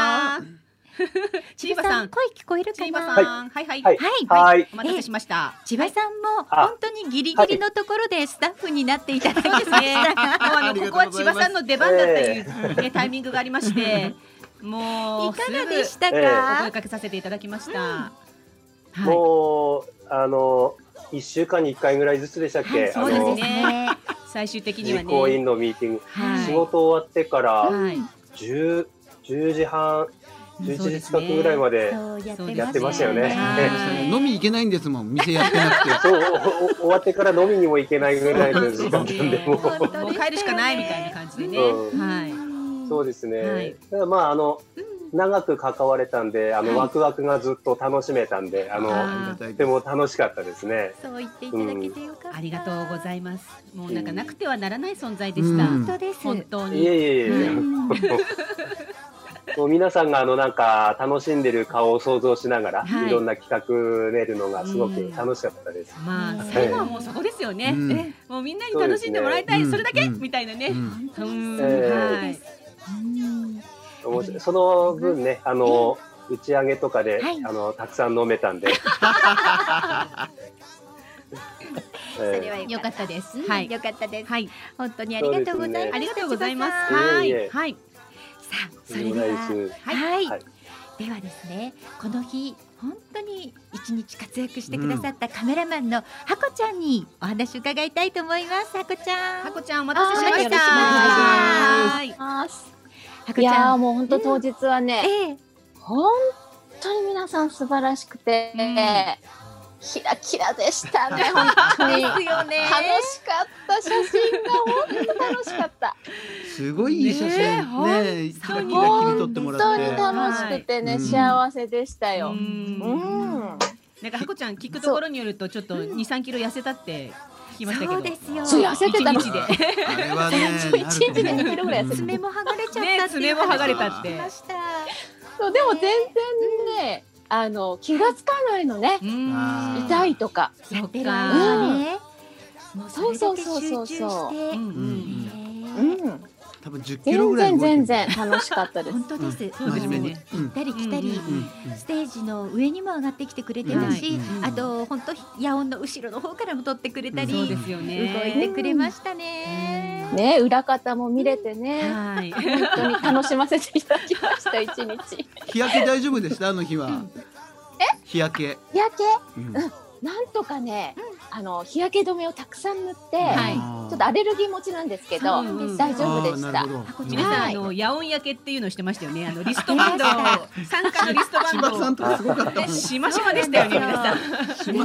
千葉さん声聞こえるかな。 はいお待たせしました。 千葉さんも本当にギリギリのところでスタッフになっていただきました。 ここは千葉さんの出番だっていうタイミングがありまして、もういかがでしたか。 お声かけさせていただきました。 もう1週間に1回ぐらいずつでしたっけ。 そうですね。最終的にはね、 実行委員のミーティング、仕事終わってから10時半11時近くぐらいまでやってましたよね。 飲み行けないんですもん、店やってなくて。 そう、終わってから飲みにも行けないぐらいの時間なんで、もう帰るしかないみたいな感じでね。 そうですね。まあ長く関われたんで、ワクワクがずっと楽しめたんで、とても楽しかったですね。 そう言っていただけてよかった。 ありがとうございます。もうなんかなくてはならない存在でした。 本当です。 本当に。 いえ。もう皆さんがなんか楽しんでる顔を想像しながら、いろんな企画練るのがすごく楽しかったです。 まあ最後はもうそこですよね。もうみんなに楽しんでもらいたい、それだけみたいなね。 その分ね、打ち上げとかでたくさん飲めたんで。 それは良かったです。はい、良かったです。はい、本当にありがとうございます。 ありがとうございます。 はい。さあ、それでは、はい、ではですね、この日本当に一日活躍してくださったカメラマンのはこちゃんにお話伺いたいと思います。はこちゃん、 はこちゃんお待たせしました。 いやもう本当当日はね、本当に皆さん素晴らしくて、キラキラでしたね。本当に楽しかった写真が本当楽しかった。 すごいいい写真ね、キラキラ切り取ってもらって。 本当に楽しくてね、幸せでしたよ。 なんかはこちゃん聞くところによるとちょっと2、3キロ痩せたって聞きましたけど。 そうですよ。 痩せてたの。 あれはね、 1日で2キロぐらい痩せて。 爪も剥がれちゃったって。 爪も剥がれたって。 そうでも全然ね。気がつかないのね。痛いとか。 やってる間ね。 そう。 多分10キロぐらい全然楽しかったです。 本当です。そうですね。行ったり来たり、ステージの上にも上がってきてくれてたし、あと本当野音の後ろの方からも撮ってくれたり、動いてくれましたね。 ね、裏方も見れてね、本当に楽しませていただきました一日。 日焼け大丈夫でしたあの日は？日焼け？ 日焼け？なんとかね、日焼け止めをたくさん塗って。 ょっとアレルギー持ちなんですけど、大丈夫でした。 皆さん野音焼けっていうのしてましたよね。リストバンド参加のリストバンドさんとすごかったしましまでしたよね皆さん。 ステ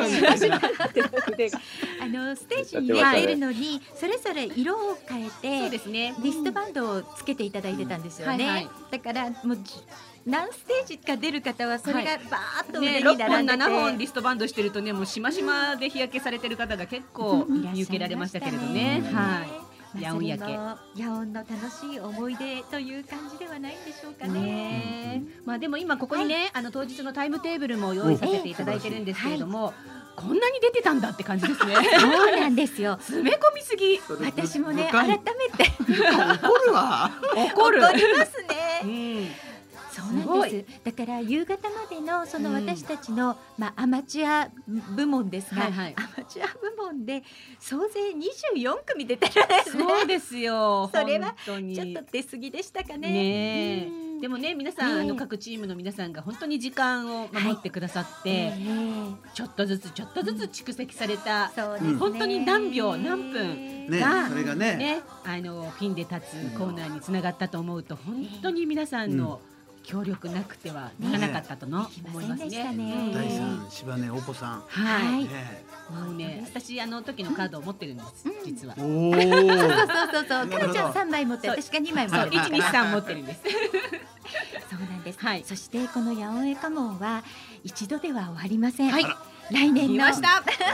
ージに出るのにそれぞれ色を変えて、そうですね、リストバンドをつけていただいてたんですよね。だからもう何ステージか出る方はそれがバーッと腕に並んでて、 6本7本リストバンドしてるとね、もうしましまで日焼けされてる方が結構見受けられましたけれどね。野音焼け、 野音の楽しい思い出という感じではないんでしょうかね。 まあでも今ここにね、当日のタイムテーブルも用意させていただいてるんですけれども、こんなに出てたんだって感じですね。 そうなんですよ。 詰め込みすぎ。 私もね、改めて怒るわ。 怒りますね。そうなんです。だから夕方までのその私たちのアマチュア部門ですが、アマチュア部門で総勢24組出てるんですね。 そうですよ。 それはちょっと出過ぎでしたかね。 でもね、皆さん各チームの皆さんが本当に時間を守ってくださって、ちょっとずつ蓄積された本当に何秒何分がそれがね、 ピンで立つコーナーにつながったと思うと、本当に皆さんの協力なくてはならなかったと思いますね。 大さん、柴根お子さん、 もうね、私時のカードを持ってるんです、実は。 そう、かなちゃん3枚持って、私が2枚持って、 1、2、3持ってるんです。 そうなんです。そしてこの野音エカモンは一度では終わりません。来年の4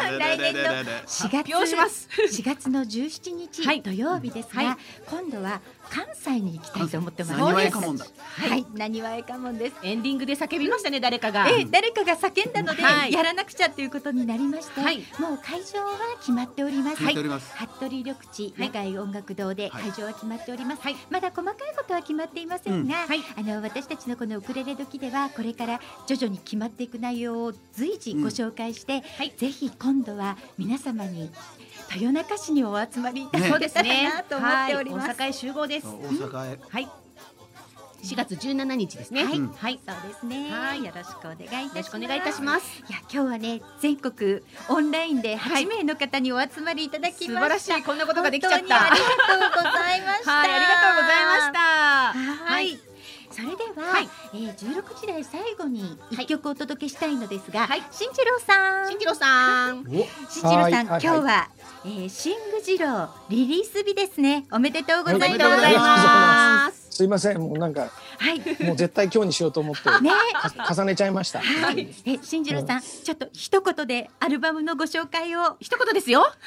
月の17日土曜日ですが、今度は関西に行きたいと思ってます。 なにわエカモンだ。 なにわエカモンです。 エンディングで叫びましたね、誰かが。 誰かが叫んだのでやらなくちゃということになりまして、もう会場は決まっております。服部緑地長井音楽堂で会場は決まっております。まだ細かいことは決まっていませんが、私たちのこのウクレレ時ではこれから徐々に決まっていく内容を随時ご紹介して、ぜひ今度は皆様に豊中市にお集まりいただけたらなと思っております。 大阪へ集合です。 大阪へ。 4月17日ですね。 そうですね。よろしくお願いいたします。 いや、 今日はね、全国オンラインで8名の方にお集まりいただきました。 素晴らしい、こんなことができちゃった。 ありがとうございました。 ありがとうございました。 それでは、16時台最後に1曲お届けしたいのですが、新次郎さん、今日は、シングジローリリース日ですね。おめでとうございます。 すいません、もうなんか、もう絶対今日にしようと思って重ねちゃいました。 新次郎さん、ちょっと一言でアルバムのご紹介を。 一言ですよ。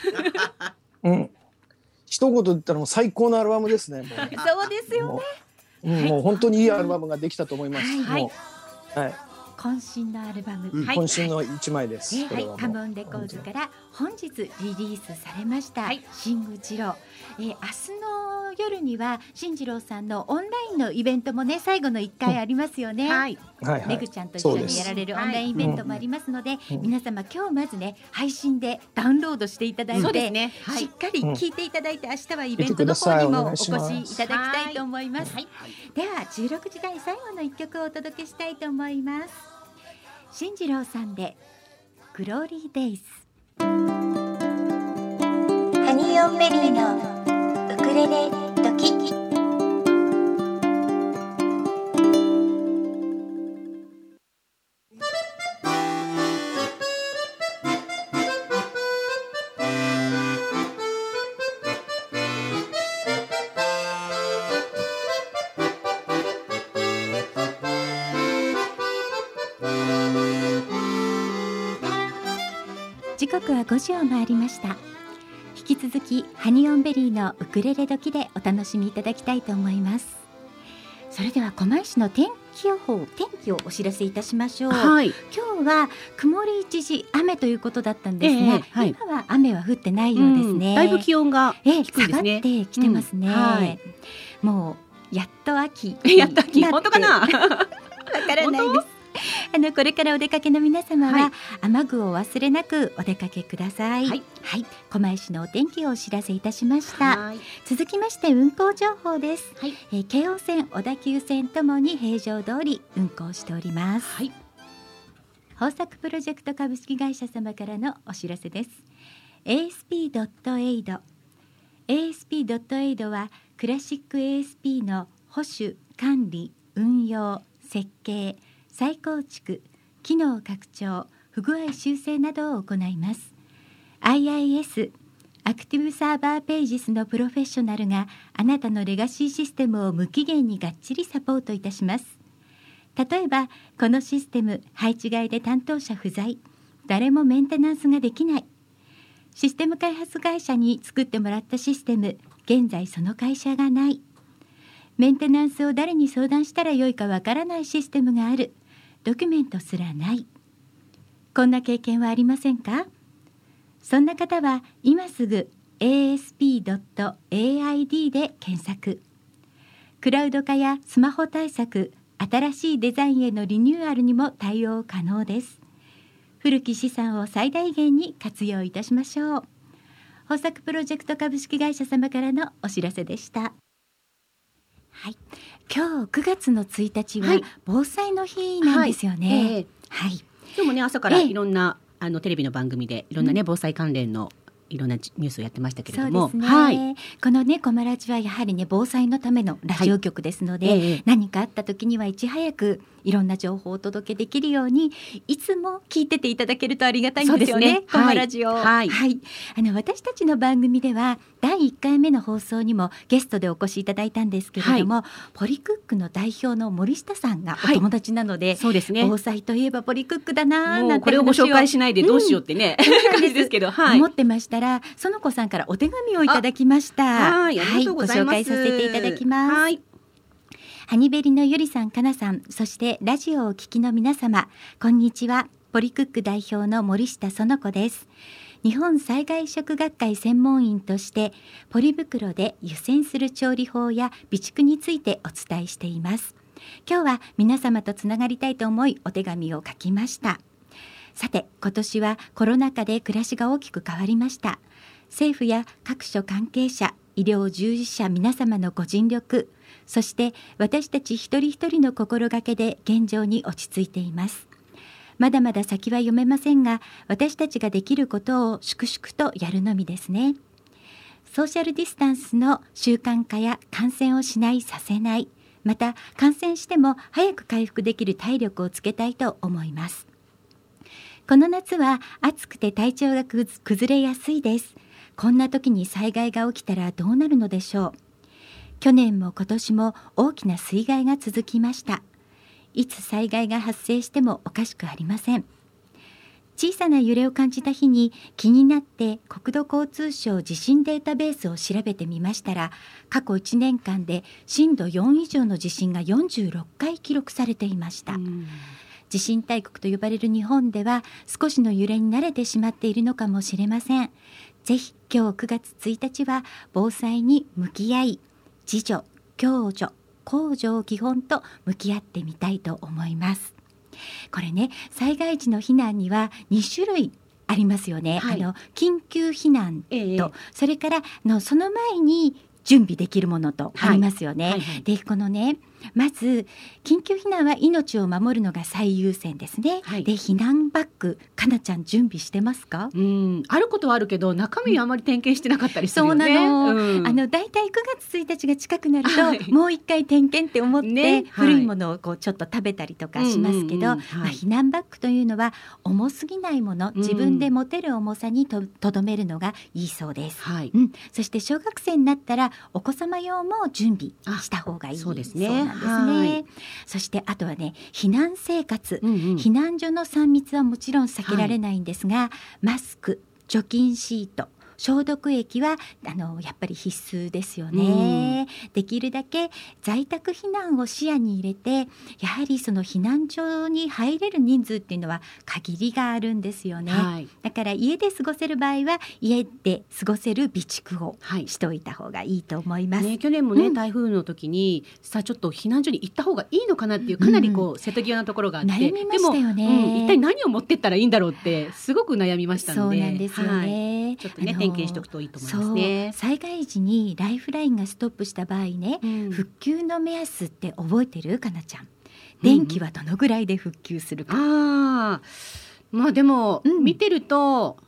一言言ったらもう最高のアルバムですね。 そうですよね。 もう本当にいいアルバムができたと思います。 渾身のアルバム、 渾身の一枚です。 カモンレコーズから本日リリースされましたシングジロー。明日の夜には新次郎さんのオンラインのイベントもね、最後の1回ありますよね。めぐちゃんと一緒にやられるオンラインイベントもありますので、皆様今日まずね、配信でダウンロードしていただいて、しっかり聞いていただいて、明日はイベントの方にもお越しいただきたいと思います。では16時台最後の1曲をお届けしたいと思います。新次郎さんでグローリーデイズ。 ハニーオンベリーのウクレレドキ。 時刻は5時を回りました。引き続きハニオンベリーのウクレレ時でお楽しみいただきたいと思います。それでは狛江市の天気予報、天気をお知らせいたしましょう。今日は曇り一時雨ということだったんですが、今は雨は降ってないようですね。 だいぶ気温が低いですね。 下がってきてますね。もうやっと秋。 やっと秋。本当かな。 わからないです。これからお出かけの皆様は、雨具を忘れなくお出かけください。狛江市のお天気をお知らせいたしました。続きまして運行情報です。京王線、小田急線ともに平常通り運行しております。豊作プロジェクト株式会社様からのお知らせです。ASP.AID ASP.AID はクラシック ASP の保守、管理、運用、設計、再構築、機能拡張、不具合修正などを行います。IISアクティブサーバーページスのプロフェッショナルがあなたのレガシーシステムを無期限にがっちりサポートいたします。例えばこのシステム配置外で担当者不在、誰もメンテナンスができない、システム開発会社に作ってもらったシステム、現在その会社がない、メンテナンスを誰に相談したらよいかわからないシステムがある、ドキュメントすらない、こんな経験はありませんか？そんな方は今すぐ asp.aid で検索。クラウド化やスマホ対策、新しいデザインへのリニューアルにも対応可能です。古き資産を最大限に活用いたしましょう。豊作プロジェクト株式会社様からのお知らせでした。はい、今日9月の1日は防災の日なんですよね。 今日もね朝からいろんなテレビの番組でいろんなね、防災関連のいろんなニュースをやってましたけれども、 そうですね、このねコマラジはやはりね防災のためのラジオ局ですので、何かあった時にはいち早くいろんな情報をお届けできるようにいつも聞いてていただけるとありがたいんですよね、コマラジオ。私たちの番組では第1回目の放送にもゲストでお越しいただいたんですけれども、ポリクックの代表の森下さんがお友達なので、そうですね、防災といえばポリクックだななんてこれをご紹介しないでどうしようってね、感じですけど、 思ってましたら園子さんからお手紙をいただきました。 ありがとうございます。 ご紹介させていただきます。ハニベリのゆりさん、かなさん、そしてラジオをお聞きの皆様、こんにちは。ポリクック代表の森下園子です。日本災害食学会専門員としてポリ袋で湯煎する調理法や備蓄についてお伝えしています。今日は皆様とつながりたいと思いお手紙を書きました。さて、今年はコロナ禍で暮らしが大きく変わりました。政府や各所関係者、医療従事者皆様のご尽力、そして私たち一人一人の心がけで現状に落ち着いています。まだまだ先は読めませんが、私たちができることを粛々とやるのみですね。ソーシャルディスタンスの習慣化や感染をしないさせない、また感染しても早く回復できる体力をつけたいと思います。この夏は暑くて体調が崩れやすいです。こんな時に災害が起きたらどうなるのでしょう。去年も今年も大きな水害が続きました。いつ災害が発生してもおかしくありません。小さな揺れを感じた日に気になって国土交通省地震データベースを調べてみましたら、過去1年間で震度4以上の地震が46回記録されていました。地震大国と呼ばれる日本では少しの揺れに慣れてしまっているのかもしれません。ぜひ今日9月1日は防災に向き合い、自助、共助、公助を基本と向き合ってみたいと思います。これね、災害時の避難には2種類ありますよね。緊急避難と、それからその前に準備できるものとありますよね。で、このね、まず緊急避難は命を守るのが最優先ですね。で、避難バッグ、かなちゃん準備してますか？ あることはあるけど中身はあまり点検してなかったりするよね。 そうなの。だいたい9月1日が近くなると、もう一回点検って思って、古いものをちょっと食べたりとかしますけど、避難バッグというのは重すぎないもの、自分で持てる重さにとどめるのがいいそうです。そして小学生になったらお子様用も準備した方がいいそうですね。そしてあとはね、避難生活、避難所の3密はもちろん避けられないんですが、マスク、除菌シート、消毒液はやっぱり必須ですよね。できるだけ在宅避難を視野に入れて、やはりその避難所に入れる人数っていうのは限りがあるんですよね。だから家で過ごせる場合は家で過ごせる備蓄をしておいた方がいいと思います。 去年もね、台風の時にさあちょっと避難所に行った方がいいのかなっていうかなり瀬戸際なところがあって、 悩みましたよね。 一体何を持ってったらいいんだろうってすごく悩みましたので、 そうなんですよね。 ちょっとね点検しておくといいと思いますね。 災害時にライフラインがストップした場合ね、復旧の目安って覚えてる？かなちゃん。電気はどのぐらいで復旧するか。 まあでも、見てると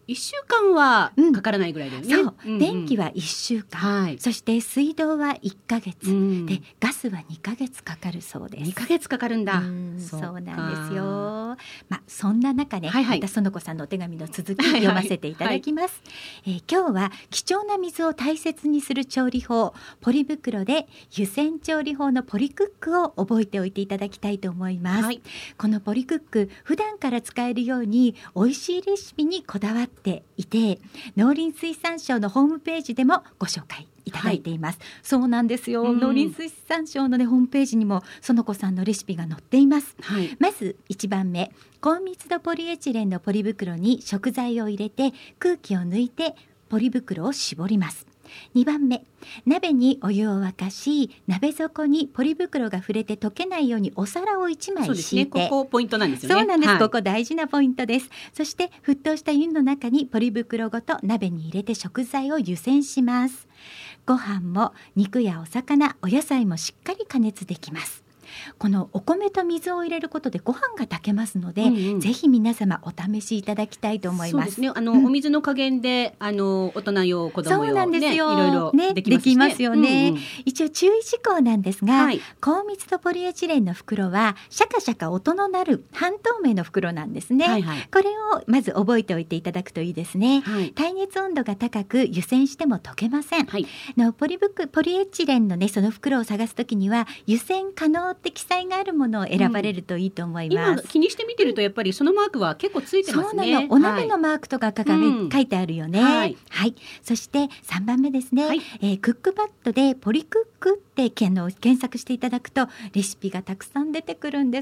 1週間はかからないぐらいだよね。 そう、電気は1週間、そして水道は1ヶ月、でガスは2ヶ月かかるそうです。 2ヶ月かかるんだ。 そうなんですよ。そんな中ね、また園子さんのお手紙の続き読ませていただきます。今日は貴重な水を大切にする調理法、ポリ袋で湯煎調理法のポリクックを覚えておいていただきたいと思います。このポリクック、普段から使えるように美味しいレシピにこだわっていて、農林水産省のホームページでもご紹介いただいています。そうなんですよ。農林水産省の、ホームページにも園子さんのレシピが載っています。まず1番目、高密度ポリエチレンのポリ袋に食材を入れて空気を抜いてポリ袋を絞ります。2番目、鍋にお湯を沸かし、鍋底にポリ袋が触れて溶けないようにお皿を1枚敷いて、 ここポイントなんですよね。 そうなんです、ここ大事なポイントです。そして沸騰した湯の中にポリ袋ごと鍋に入れて食材を湯煎します。ご飯も肉やお魚、お野菜もしっかり加熱できます。このお米と水を入れることでご飯が炊けますので、ぜひ皆様お試しいただきたいと思います。 そうですね、お水の加減で大人用子供用、 そうなんですよ、 いろいろできますよね。 一応注意事項なんですが、高密度ポリエチレンの袋はシャカシャカ音の鳴る半透明の袋なんですね。これをまず覚えておいていただくといいですね。耐熱温度が高く湯煎しても溶けません。ポリエチレンのね、その袋を探すときには湯煎可能って記載があるものを選ばれるといいと思います。 今気にして見てるとやっぱりそのマークは結構ついてますね。 そうなの、お鍋のマークとか書いてあるよね。そして3番目ですね、クックパッドでポリクックって検索していただくとレシピがたくさん出てくるんです。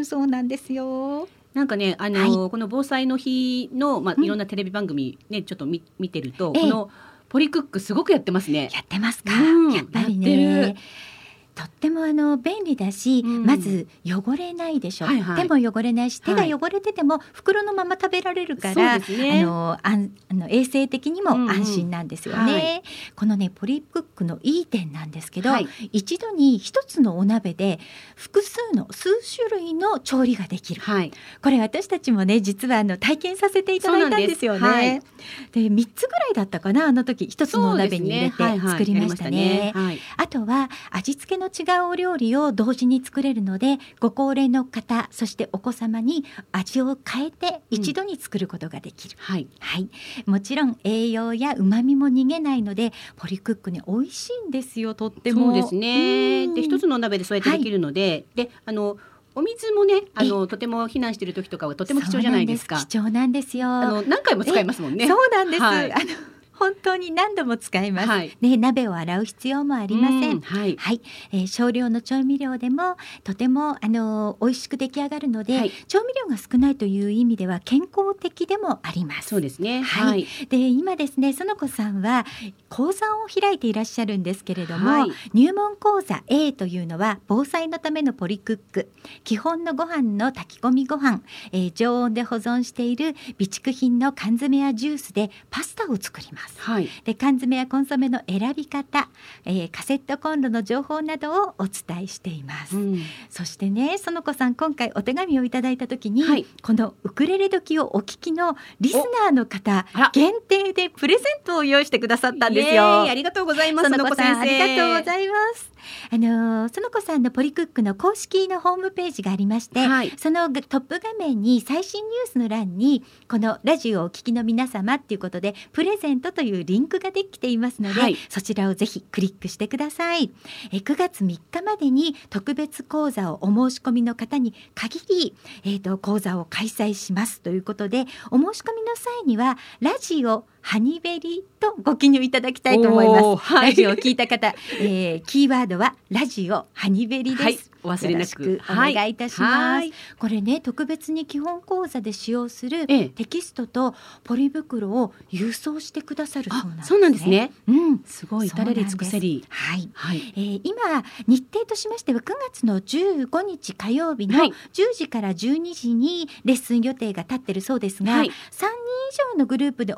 そうなんですよ。 なんかね、この防災の日の、いろんなテレビ番組ね、ちょっと見てると、このポリクックすごくやってますね。 やってますか、やっぱりね。とっても便利だし、まず汚れないでしょ、手も汚れないし、手が汚れてても袋のまま食べられるから、衛生的にも安心なんですよね。このね、ポリクックのいい点なんですけど、一度に一つのお鍋で複数の数種類の調理ができる。これ私たちもね、実は体験させていただいたんですよね。で、3つぐらいだったかな、あの時一つのお鍋に入れて作りましたね。あとは味付けの違うお料理を同時に作れるので、ご高齢の方、そしてお子様に味を変えて一度に作ることができる。もちろん栄養や旨味も逃げないので、ポリクックね、美味しいんですよ、とっても。 そうですね。で、一つのお鍋でそうやってできるので、で、お水もね、とても避難している時とかはとても貴重じゃないですか。 貴重なんですよ。 何回も使えますもんね。 そうなんです。本当に何度も使えます、鍋を洗う必要もありません。少量の調味料でもとても美味しく出来上がるので、調味料が少ないという意味では健康的でもあります。 そうですね。 で、今ですね、園子さんは講座を開いていらっしゃるんですけれども、入門講座 A というのは防災のためのポリクック、基本のご飯の炊き込みご飯、常温で保存している備蓄品の缶詰やジュースでパスタを作ります。で、缶詰やコンソメの選び方、カセットコンロの情報などをお伝えしています。そしてね、園子さん、今回お手紙をいただいた時に、このウクレレ時をお聞きのリスナーの方限定でプレゼントを用意してくださったんですよ。 ありがとうございます。 園子さん、ありがとうございます。園子さんのポリクックの公式のホームページがありまして、そのトップ画面に最新ニュースの欄にこのラジオをお聞きの皆様っていうことでプレゼントというリンクができていますので、そちらをぜひクリックしてください。9月3日までに特別講座をお申し込みの方に限り、講座を開催しますということで、お申し込みの際にはラジオハニベリとご記入いただきたいと思います。ラジオを聞いた方、キーワードはラジオハニベリです。 お忘れなくお願いいたします。これね、特別に基本講座で使用するテキストとポリ袋を郵送してくださるそうなんですね。 そうなんですね。すごい、至れり尽くせり。 今日程としましては9月の15日火曜日の10時から12時にレッスン予定が立ってるそうですが、3人以上のグループでお申し込み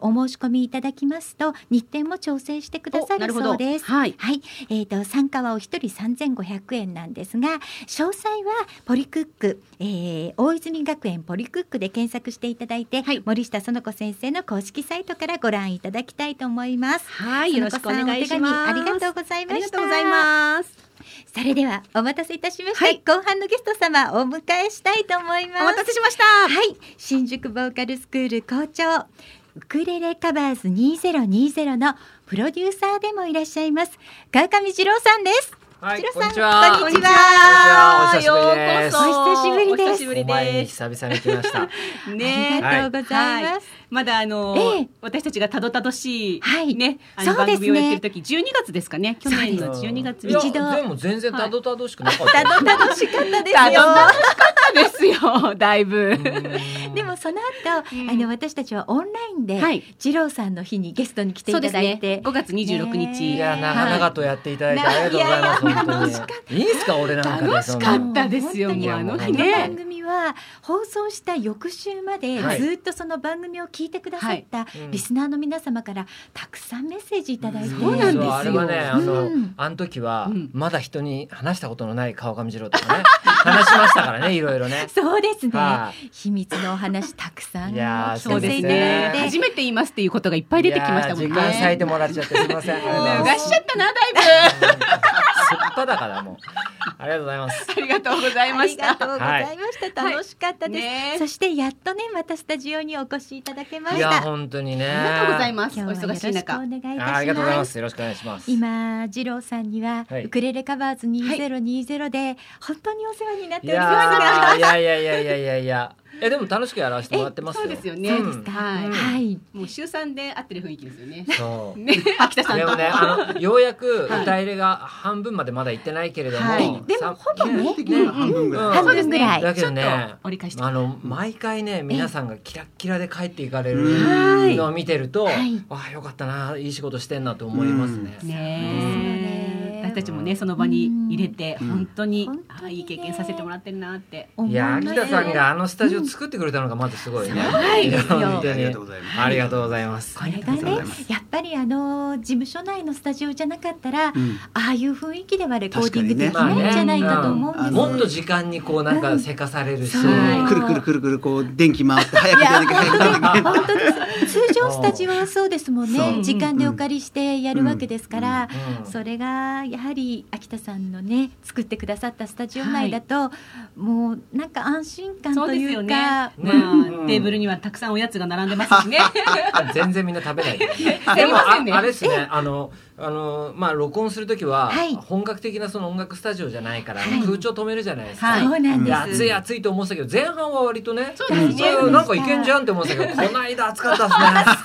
みいただきますと日程も調整してくださるそうです。はい、参加はお一人3500円なんですが、詳細はポリクック、大泉学園ポリクックで検索していただいて、森下園子先生の公式サイトからご覧いただきたいと思います。 はい、よろしくお願いします。 ありがとうございました。 ありがとうございます。 それではお待たせいたしました、後半のゲスト様お迎えしたいと思います。 お待たせしました。 はい、新宿ボーカルスクール校長、ウクレレカバーズ2020のプロデューサーでもいらっしゃいます川上二郎さんです。 はい、 こんにちは。 こんにちは。 お久しぶりです。 お久しぶりです。 お前に久々に来ました。 ね、ありがとうございます。 まだ私たちがたどたどしいね、 番組をやってる時12月ですかね。去年の12月に一度。でも全然たどたどしくなかった。 たどたどしかったですよ。 たどたどしかったですよ。だいぶ。 でもその後私たちはオンラインで二郎さんの日にゲストに来ていただいて、 5月26日。 いや長々とやっていただいてありがとうございます。本当に。いいですか俺なんかで。 楽しかったですよ。もうあの日ね。番組は放送した翌週までずっとその番組を聞いてくださったリスナーの皆様からたくさんメッセージいただいて、 そうなんですよ。 あれはね、あの時はまだ人に話したことのない川上二郎とかね話しましたからね、いろいろね。 そうですね。秘密のお話たくさん聞かせていただいて、 初めて言いますっていうことがいっぱい出てきましたもんね。 時間割いてもらっちゃってすみません。 脱がしちゃったな、だいぶ。 すっぱだからもう。ありがとうございます。 ありがとうございました。 ありがとうございました。楽しかったです。そしてやっとね、またスタジオにお越しいただけました。 いや本当にね。 ありがとうございます。 今日はよろしくお願いいたします。 ありがとうございます。よろしくお願いします。 今二郎さんにはウクレレカバーズ2020で本当にお世話になっておりますが、いや。でも楽しくやらせてもらってますよ。 そうですよね。 そうですか。はい。 もう週3で会ってる雰囲気ですよね。 そう。 ね、秋田さんと。 でもね、ようやく歌入れが半分までまだ行ってないけれども、 でもほぼね、 半分ぐらい。 半分ぐらい。 だけどね、毎回ね、皆さんがキラッキラで帰っていかれるのを見てると、あ、よかったな、いい仕事してんなと思いますね。 ね。私たちもね、その場に入れて本当にいい経験させてもらってるなって。 いや、秋田さんがスタジオ作ってくれたのがまずすごいね。 本当にありがとうございます。 これがね、やっぱり事務所内のスタジオじゃなかったら、ああいう雰囲気ではレコーディングできないんじゃないかと思うんです。 もっと時間にこうなんかせかされるし、 くるくるこう電気回って早く出なきゃいけない。 本当です。通常スタジオはそうですもんね。時間でお借りしてやるわけですから、それがやはり秋田さんのね作ってくださったスタジオ内だと、もうなんか安心感というか、 テーブルにはたくさんおやつが並んでますしね。 全然みんな食べない。でもあれですね、録音するときは本格的なその音楽スタジオじゃないから空調止めるじゃないですか。 そうなんです。 暑いと思ってたけど前半は割とね、なんかいけんじゃんって思ってたけど、この間暑かったですね。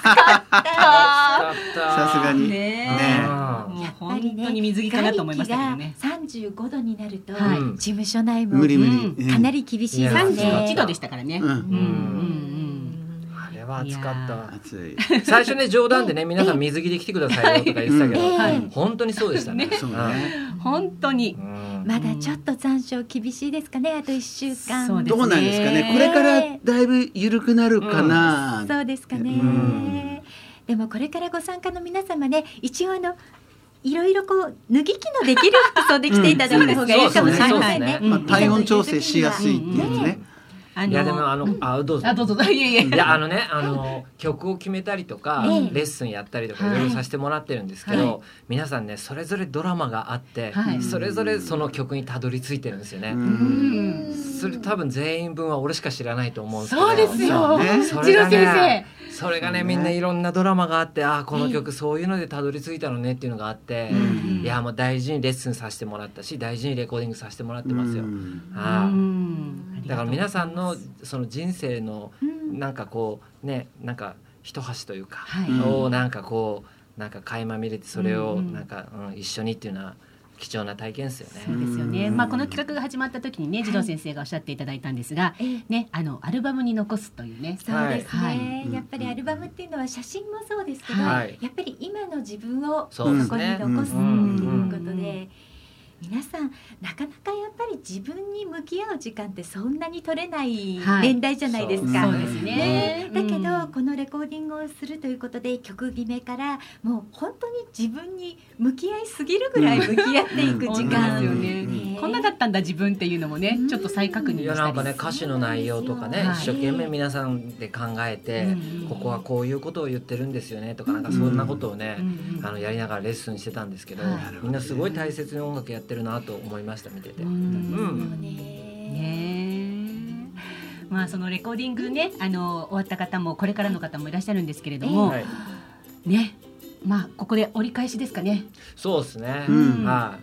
さすがにね。もう本当に水着かなと思いましたけどね。 35度になると事務所内もかなり厳しいですね。 31度でしたからね。 あれは暑かった。最初ね、冗談でね、皆さん水着で来てくださいよとか言ってたけど、本当にそうでしたね。 本当に。 まだちょっと残暑厳しいですかね。あと1週間。 どうなんですかね。これからだいぶ緩くなるかな。 そうですかね。でもこれからご参加の皆様ね、一応いろいろこう脱ぎ着のできる服装で着ていただいた方がいいかもしれませんね。 体温調整しやすいっていうね。 いやでもどうぞ。いや曲を決めたりとかレッスンやったりとかいろいろさせてもらってるんですけど、皆さんねそれぞれドラマがあってそれぞれその曲にたどり着いてるんですよね。それ多分全員分は俺しか知らないと思うんですけど。 そうですよ。次郎先生。 それがねみんないろんなドラマがあって、この曲そういうのでたどり着いたのねっていうのがあって、いやもう大事にレッスンさせてもらったし大事にレコーディングさせてもらってますよ。だから皆さんのその人生のなんかこうね、なんか一箸というかをなんかこうなんか垣間見れて、それをなんか一緒にっていうのは貴重な体験ですよね。 そうですよね。この企画が始まった時にね、児童先生がおっしゃっていただいたんですが、ね、アルバムに残すというね。 そうですね。やっぱりアルバムっていうのは写真もそうですけど、やっぱり今の自分をそこに残すっていうことで。 皆さんなかなかやっぱり自分に向き合う時間ってそんなに取れない年代じゃないですか。 そうですね。 だけどこのレコーディングをするということで曲決めからもう本当に自分に向き合いすぎるぐらい向き合っていく時間ですよね。 こんなだったんだ自分っていうのもね、ちょっと再確認したり。 いやなんかね歌詞の内容とかね、一生懸命皆さんで考えて、ここはこういうことを言ってるんですよねとかなんかそんなことをね、やりながらレッスンしてたんですけど、みんなすごい大切に音楽やってるなと思いました見てて。 まあそのレコーディングね終わった方もこれからの方もいらっしゃるんですけれども、ねまあここで折り返しですかね。 そうですね。 はい。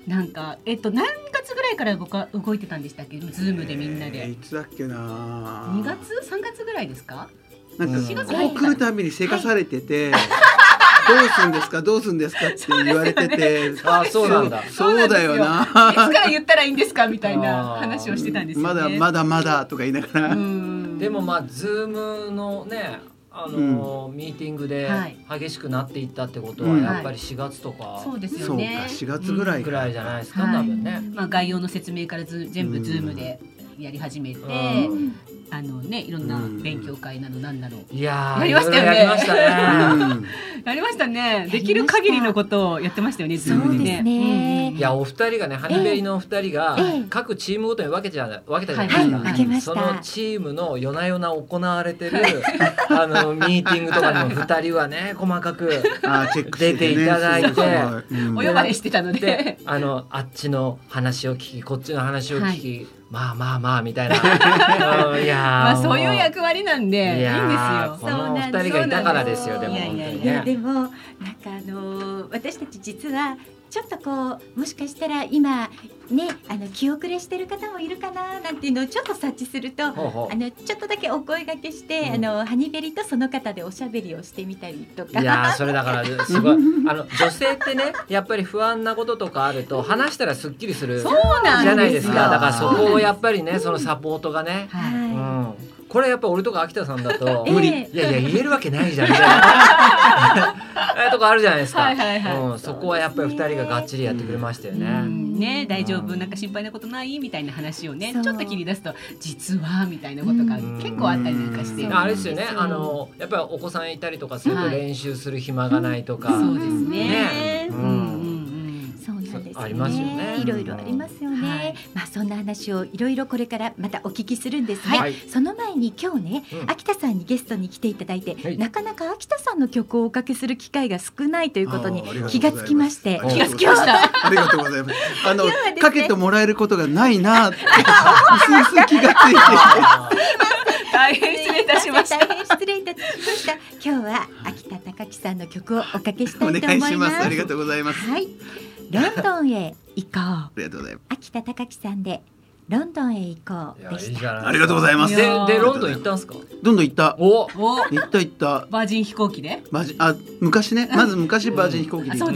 なんか何月ぐらいから僕は動いてたんでしたっけ、ズームでみんなで。 いつだっけな。 2月3月ぐらいですか。 なんかここ来るたびにせかされてて。どうすんですかどうすんですかって言われてて、 あ、そうなんだ。 そうだよな。いつから言ったらいいんですかみたいな話をしてたんですよね。 まだとか言いながら。 でもまあズームのねミーティングで激しくなっていったってことはやっぱり4月とか、 そうですよね。 そうか4月ぐらいじゃないですか多分ね。 まあ概要の説明から全部ズームでやり始めて。いろんな勉強会なのなんだろう。 やりましたよね。 やりましたね。 やりましたね。できる限りのことをやってましたよね。 そうですね。 いやお二人がねハニベリのお二人が各チームごとに分けたじゃないですか。そのチームの夜な夜な行われてるミーティングとかにも二人はね細かく出ていただいてお呼ばれしてたので、 あっちの話を聞きこっちの話を聞き。まあみたいな。いやまあそういう役割なんでいいんですよ。 この二人がいたからですよ。でもでもなんか私たち実はちょっとこうもしかしたら今ね気遅れしてる方もいるかななんていうのをちょっと察知するとちょっとだけお声掛けしてハニベリとその方でおしゃべりをしてみたりとか。 いやそれだからすごい女性ってねやっぱり不安なこととかあると話したらすっきりするじゃないですか。だからそこをやっぱりねそのサポートがね。これやっぱ俺とか秋田さんだと無理、いや言えるわけないじゃんみたいなとかあるじゃないですか。そこはやっぱり2人ががっちりやってくれましたよね。 ね大丈夫なんか心配なことないみたいな話をねちょっと切り出すと実はみたいなことが結構あったりなんかして、 あれですよねやっぱりお子さんいたりとかすると練習する暇がないとか、 そうですね。 ありますよね。 いろいろありますよね。まあそんな話をいろいろこれからまたお聞きするんですが、その前に今日ね、秋田さんにゲストに来ていただいて、なかなか秋田さんの曲をおかけする機会が少ないということに気がつきまして、 気がつきました。 ありがとうございます。かけてもらえることがないなって気がついて。 大変失礼いたしました。 大変失礼いたしました。今日は秋田隆樹さんの曲をおかけしたいと思います。 お願いします。ありがとうございます。 はい。ロンドンへ行こう。 ありがとうございます。 秋田隆樹さんでロンドンへ行こうでした。 ありがとうございます。 でロンドン行ったんですか？ ロンドン行った。 行った。 バージン飛行機で？ 昔ね、まず昔バージン飛行機で行って、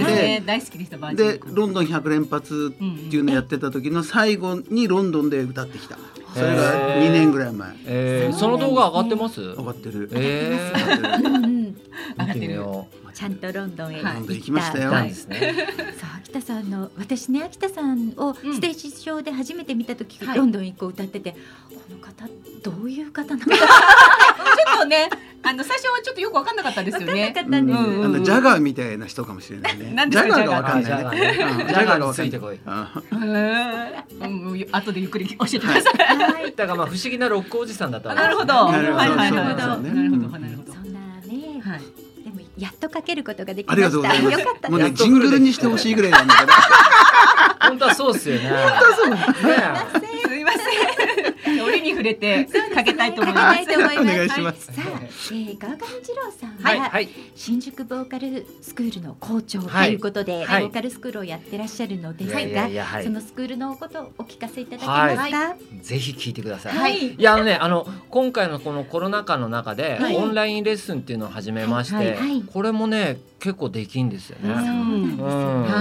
大好きでしたバージン。 でロンドン100連発っていうのやってた時の最後にロンドンで歌ってきた。それが2年ぐらい前。 その動画上がってます？ 上がってる。 見てみよう。 ちゃんとロンドンへ行きましたよ。 さあ秋田さんの私ね秋田さんをステージ上で初めて見た時、ロンドン行こう歌ってて、この方どういう方なのかちょっとね最初はちょっとよく分かんなかったですよね。 ジャガーみたいな人かもしれないね。ジャガーが分かんないね。ジャガーがついてこい。 後でゆっくり教えてください。 だからまあ不思議なロックおじさんだった。 なるほど。なるほど。なるほど。 そんなね。でもやっとかけることができました。よかったもうねジングルにしてほしいぐらいなんだけど。 本当はそうですよね。 すいません。折に触れてかけたいと思います。 お願いします。 さあ、川上二郎さんは新宿ボーカルスクールの校長ということで、ボーカルスクールをやってらっしゃるのですが、そのスクールのことをお聞かせいただけますか？ ぜひ聞いてください。いや今回のこのコロナ禍の中でオンラインレッスンっていうのを始めまして、これもね結構できんですよね。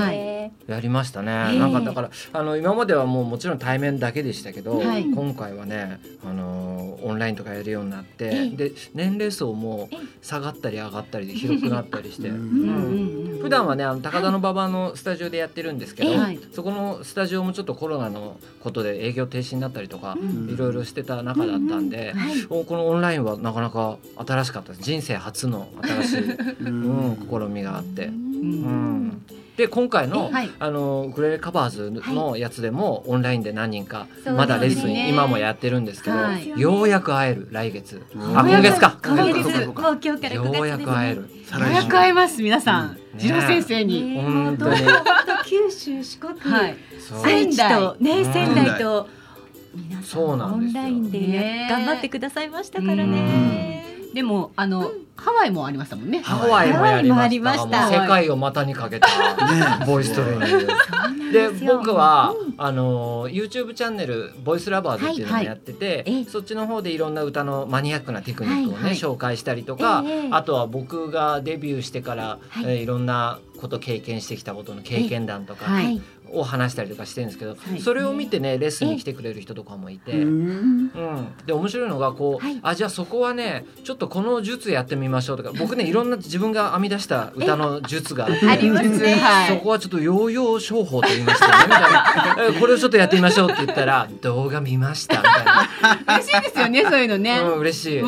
やりましたね。なんかだから今まではもちろん対面だけでしたけど、今回はねオンラインとかやるようになって、で年齢層も下がったり上がったりで広くなったりして普段はね高田馬場のスタジオでやってるんですけど、そこのスタジオもちょっとコロナのことで営業停止になったりとかいろいろしてた中だったんで、このオンラインはなかなか新しかったです。人生初の新しい試みがあって、で今回のウクレレカバーズのやつでもオンラインで何人かまだレッスン今もやってるんですけど、ようやく会える。来月今月かもう今日から9月ですね。 ようやく会える。 ようやく会えます皆さん。次郎先生に本当に九州四国愛知と仙台と皆さんオンラインで頑張ってくださいましたからね。 でもハワイもありましたもんね。 ハワイもやりました。世界を股にかけたボイストレーニングで、僕はYouTube チャンネルボイスラバーズっていうのをやってて、そっちの方でいろんな歌のマニアックなテクニックをね紹介したりとか、あとは僕がデビューしてからいろんなこと経験してきたことの経験談とかを話したりとかしてるんですけど、それを見てねレッスンに来てくれる人とかもいて、で面白いのがこうじゃあそこはねちょっとこの術やってみましょうとか、僕ねいろんな自分が編み出した歌の術がありますね。 そこはちょっとヨーヨー商法と言いましたねみたいなこれをちょっとやってみましょうって言ったら動画見ましたみたいな。嬉しいですよねそういうのね。 嬉しい。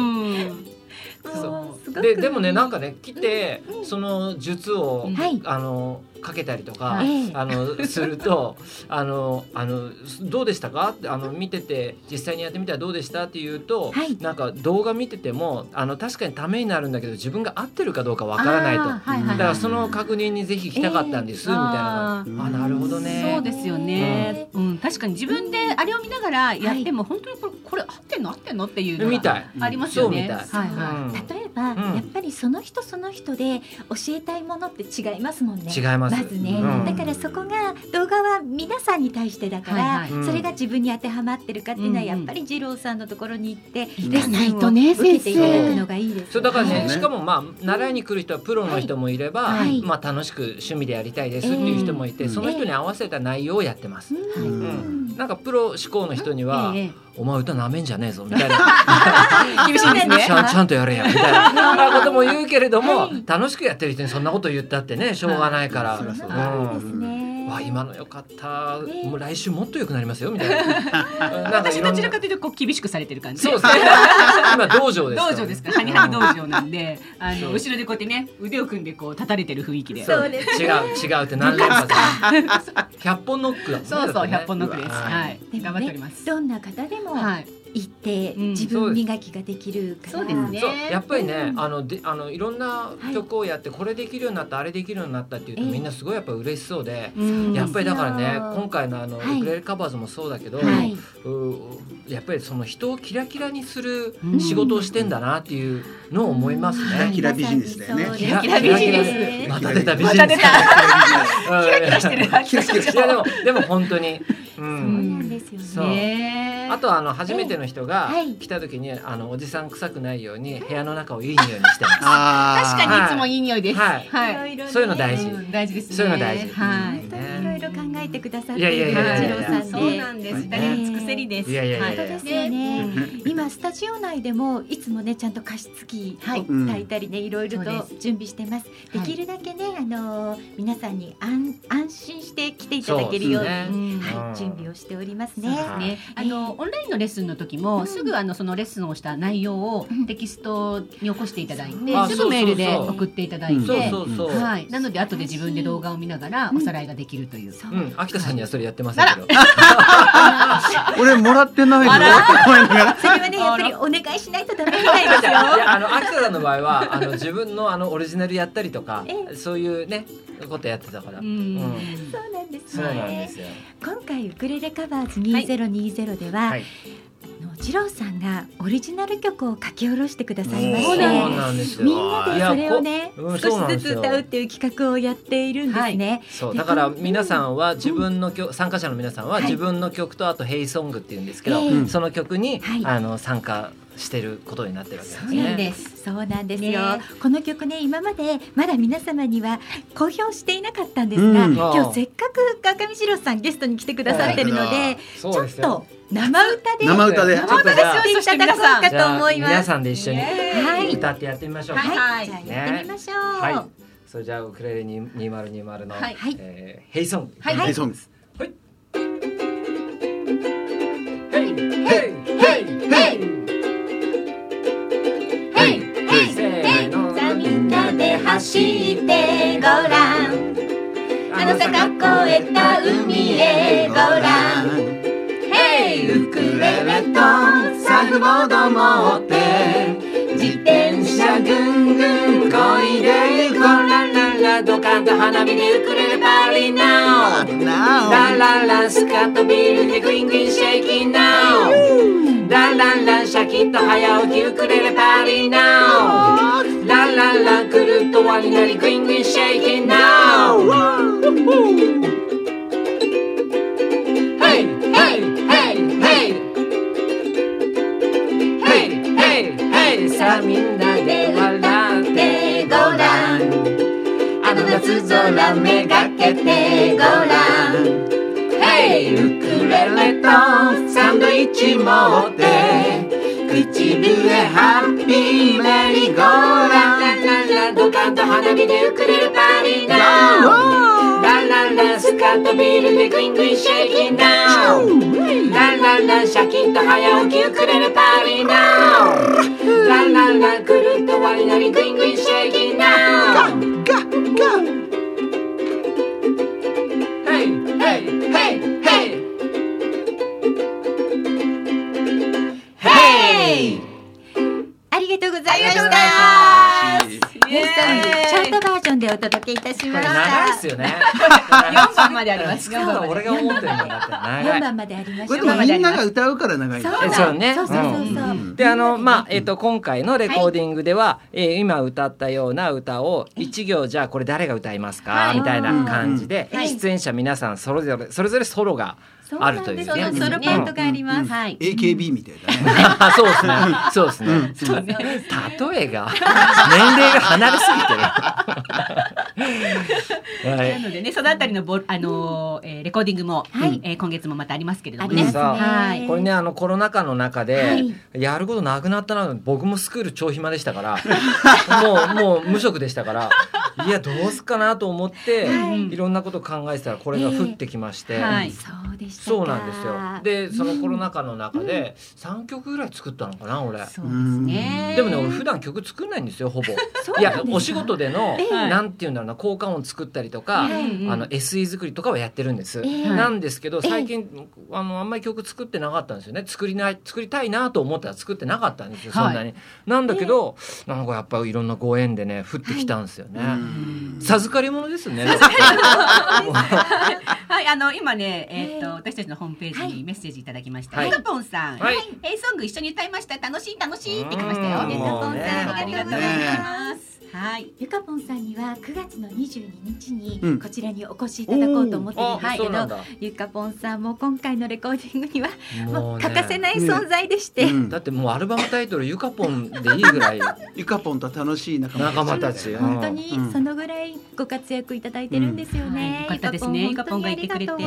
でもねなんかね来てその術をかけたりとかするとどうでしたかって見てて実際にやってみたらどうでしたって言うと、なんか動画見てても確かにためになるんだけど自分が合ってるかどうかわからないと、だからその確認にぜひ来たかったんですみたいな。なるほどね。 そうですよね。確かに自分であれを見ながらやっても本当にこれ合ってんのっていうのがありますよね。 例えばやっぱりその人その人で教えたいものって違いますもんね。 違います。 まずね、だからそこが動画は皆さんに対してだから、それが自分に当てはまってるかっていうのはやっぱり二郎さんのところに行ってレッスンを受けていただくのがいいです。 そうだからね、しかも習いに来る人はプロの人もいれば、楽しく趣味でやりたいですっていう人もいて、その人に合わせた内容をやってます。なんかプロ志向の人にはお前歌なめんじゃねえぞみたいな厳しいですね。 ちゃんとやれやみたいなことも言うけれども、楽しくやってる人にそんなこと言ったってねしょうがないから、わ今のよかった、もう来週もっと良くなりますよみたいな。 私どちらかというとこう厳しくされてる感じ。 そうですね。今道場です。 道場ですか。ハニハニ道場なんで後ろでこうやってね腕を組んでこう立たれてる雰囲気で。 そうです。違うって何連発100本ノックだもんね。 そう100本ノックです。頑張っております。 どんな方でも行って自分磨きができるから。 そうですね。 やっぱりねいろんな曲をやってこれできるようになったあれできるようになったっていうとみんなすごいやっぱ嬉しそうで、やっぱりだからね今回のウクレレカバーズもそうだけど、やっぱりその人をキラキラにする仕事をしてんだなっていうのを思いますね。 キラビジネスだよね。 キラビジネス。 また出たビジネス。キラキラしてる。 いやでも本当に。 そうなんですよね。 あと初めての人が来た時におじさん臭くないように部屋の中をいい匂いにしてます。 確かにいつもいい匂いです。 そういうの大事。 大事ですね。 そういうの大事。 いろいろ考えてくださっている一郎さんで。 そうなんです。尽くせりです。 本当ですよね。今スタジオ内でもいつもねちゃんと加湿器を炊いたりねいろいろと準備してます。できるだけね皆さんに安心して来ていただけるように準備をしておりますね。 オンラインのレッスンの時もすぐそのレッスンをした内容をテキストに起こしていただいてすぐメールで送っていただいて、なので後で自分で動画を見ながらおさらいができるという。 秋田さんにはそれやってませんけど。 俺もらってないの。 それはねやっぱりお願いしないとダメみたいですよ。 秋田さんの場合は自分のオリジナルやったりとかそういうねことやってたから。そうなんですね。今回ウクレレカバーズ2020では二郎さんがオリジナル曲を書き下ろしてくださいまして、みんなでそれをね少しずつ歌うっていう企画をやっているんですね。 そうだから皆さんは自分の曲、参加者の皆さんは自分の曲とあとヘイソングっていうんですけど、その曲に参加してることになってるわけですそうね。 なんですよ、この曲ね、今までまだ皆様には公表していなかったんですが、今日せっかく川上史郎さんゲストに来てくださってるので、ちょっと生歌でちょっとじゃあしていただこうかと思います。 皆さんで一緒に歌ってやってみましょうか。 じゃあやってみましょう。 はい、それじゃあウクレレ2020のヘイソング。 ヘイソング。 はい。 走ってごらん、あの坂越えた海へごらん。ヘイウクレレとサーフボード持って自転車ぐんぐんこいでゆこう。ラララドカンと花火でウクレレパーリーナウ。ラララスカートビールでグイングインシェイキーナウ。ラララシャキッと早起きウクレレパーリーナウ。ラララくるっと輪になりグイングインシェイキーナウ。ヘイヘイヘイヘイヘイヘイヘイ。さあみんなで笑ってごらん、あの夏空めがけてごらん。ヘイウクレレとサンドイッチ持って唇へハッピーメリーゴーラン。ラララドカンと花火でウクレレパーリーナウ。ラララスカートビールでグイングインシェイキーナウ。ラララシャキッと早起きウクレレパーリーナウ。ラララくるっと輪になりグイングインシェイキーナウ。ヘイヘイヘイヘイヘイ。 ありがとうございました。ヘイソングショートバージョンでお届けいたしました。 長いですよね。 4番まであります。 俺が思ってるもんだって長い。 4番までありました。 これみんなが歌うから長い。 そうね。で今回のレコーディングでは今歌ったような歌を1行じゃあこれ誰が歌いますかみたいな感じで出演者皆さんそれぞれソロがあるというね。 ソロパートがあります。 AKB みたいだね。 そうですね。例えが年齢が離れすぎてる。 なのでね、そのあたりのレコーディングも今月もまたありますけれどもね。 これねコロナ禍の中でやることなくなったな。僕もスクール超暇でしたからもう無職でしたから、いやどうすっかなと思っていろんなこと考えてたらこれが降ってきまして。そうなんですよ。でそのコロナ禍の中で3曲ぐらい作ったのかな俺。 そうですね。 でもね俺普段曲作んないんですよほぼ。いやお仕事でのなんていうんだろうな、効果音作ったりとかSE 作りとかはやってるんです。なんですけど最近あんまり曲作ってなかったんですよね。作りたいなと思ったら作ってなかったんですよそんなに。なんだけどなんかやっぱりいろんなご縁でね降ってきたんですよね。授かり物ですね。 はい、今ね私たちのホームページにメッセージいただきました。ゆかぽんさん、ヘイソング一緒に歌いました。楽しいってきましたよ。ゆかぽんさんありがとうございます。はい、 ゆかぽんさんには9月の22日にこちらにお越しいただこうと思ってるんですけど、ゆかぽんさんも今回のレコーディングにはもう欠かせない存在でして、 だってもうアルバムタイトルゆかぽんでいいぐらいゆかぽんと楽しい仲間たち、 本当にそのぐらいご活躍いただいてるんですよね。 よかったですね。ゆかぽんがいてくれて。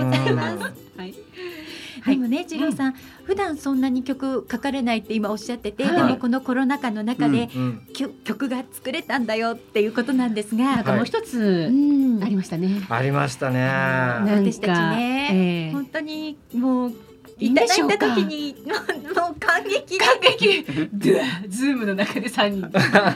でもね、次郎さん、普段そんなに曲書かれないって今おっしゃってて、でもこのコロナ禍の中で曲が作れたんだよっていうことなんですが、 なんかもう一つありましたね。 ありましたね。 私たちね、本当にもういただいた時にもう感激ズームの中で3人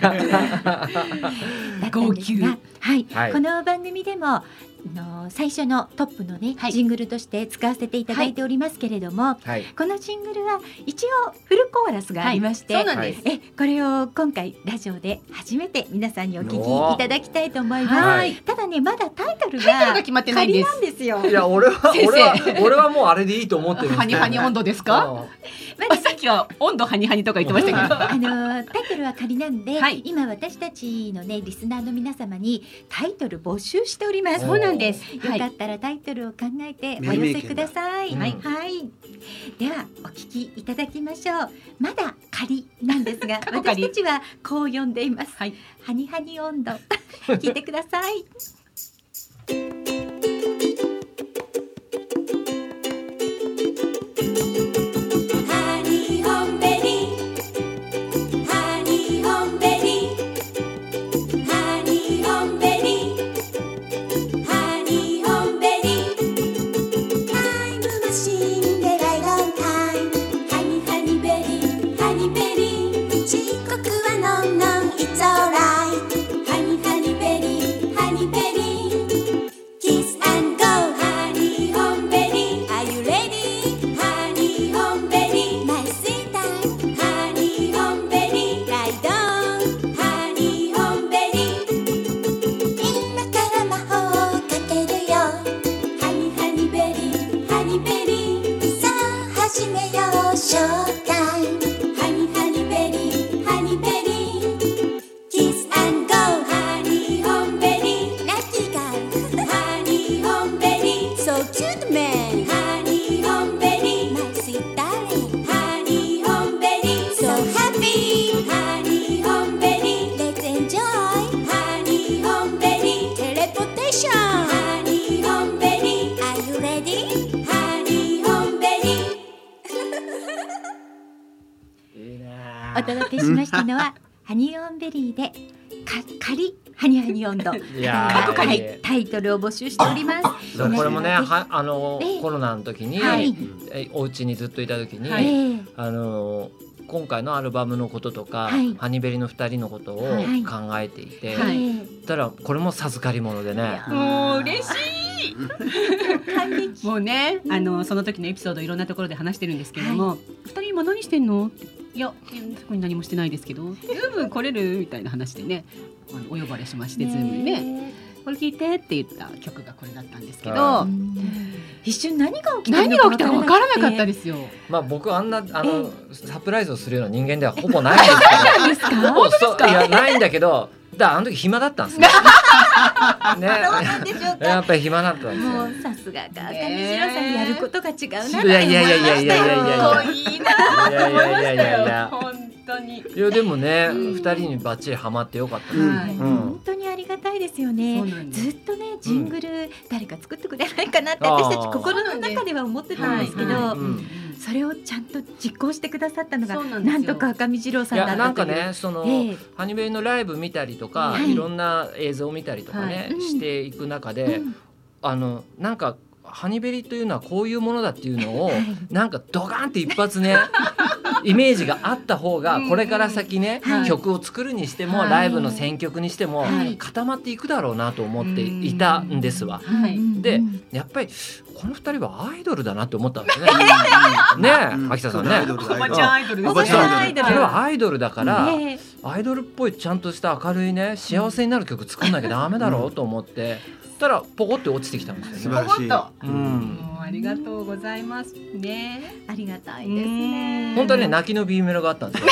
号泣。この番組でも最初のトップのね、ジングルとして使わせていただいておりますけれども、このジングルは一応フルコーラスがありまして、これを今回ラジオで初めて皆さんにお聞きいただきたいと思います。ただね、まだタイトルが決まってないんです。 仮なんですよ。 いや俺はもうあれでいいと思ってるんです。 ハニハニ温度ですか？さっきは温度ハニハニとか言ってましたけど、 タイトルは仮なんで、今私たちのねリスナーの皆様にタイトル募集しております。 そうなんです。 よかったらタイトルを考えてお寄せください。ではお聞きいただきましょう。まだ仮なんですが私たちはこう呼んでいます、ハニハニ温度聞いてください。お届けしましたのはハニオンベリーで仮ハニハニ温度タイトルを募集しております。 これもねコロナの時に、お家にずっといた時に、今回のアルバムのこととか、ハニベリの2人のことを考えていて、ただこれも授かり物でね、 もう嬉しいもうねその時のエピソードいろんなところで話してるんですけども、2人今何してんの？いやそこに何もしてないですけどズーム来れるみたいな話でねお呼ばれしましてズームにねこれ聞いてって言った曲がこれだったんですけど、 一瞬何が起きたか分からなかったですよ。 まあ僕あんなサプライズをするような人間ではほぼないんですけど本当ですか？ いやないんだけどあの時暇だったんですね。やっぱり暇だったんですよ。 もうさすがが上白さんやることが違うなって思いましたよ。 いやいやいやいやいやいやいいな。 いやいやいやいや本当に。 いやでもね2人にバッチリハマってよかったです。 本当にありがたいですよね。ずっとねジングル誰か作ってくれないかなって私たち心の中では思ってたんですけど、それをちゃんと実行してくださったのがなんとか赤見二郎さんだったという。 なんかねハニベリのライブ見たりとかいろんな映像を見たりとかねしていく中でなんかハニベリというのはこういうものだっていうのをなんかドカンって一発ねイメージがあった方がこれから先ね曲を作るにしてもライブの選曲にしても固まっていくだろうなと思っていたんですわ。でやっぱりこの2人はアイドルだなって思ったんですね。ねえ秋田さんね。 おばちゃんアイドルです。 これはアイドルだからアイドルっぽいちゃんとした明るいね幸せになる曲作んなきゃダメだろうと思って。たらポコって落ちてきたんですよね。 素晴らしい。ありがとうございますね。 ありがたいですね。 本当はね泣きの B メロがあったんですよ。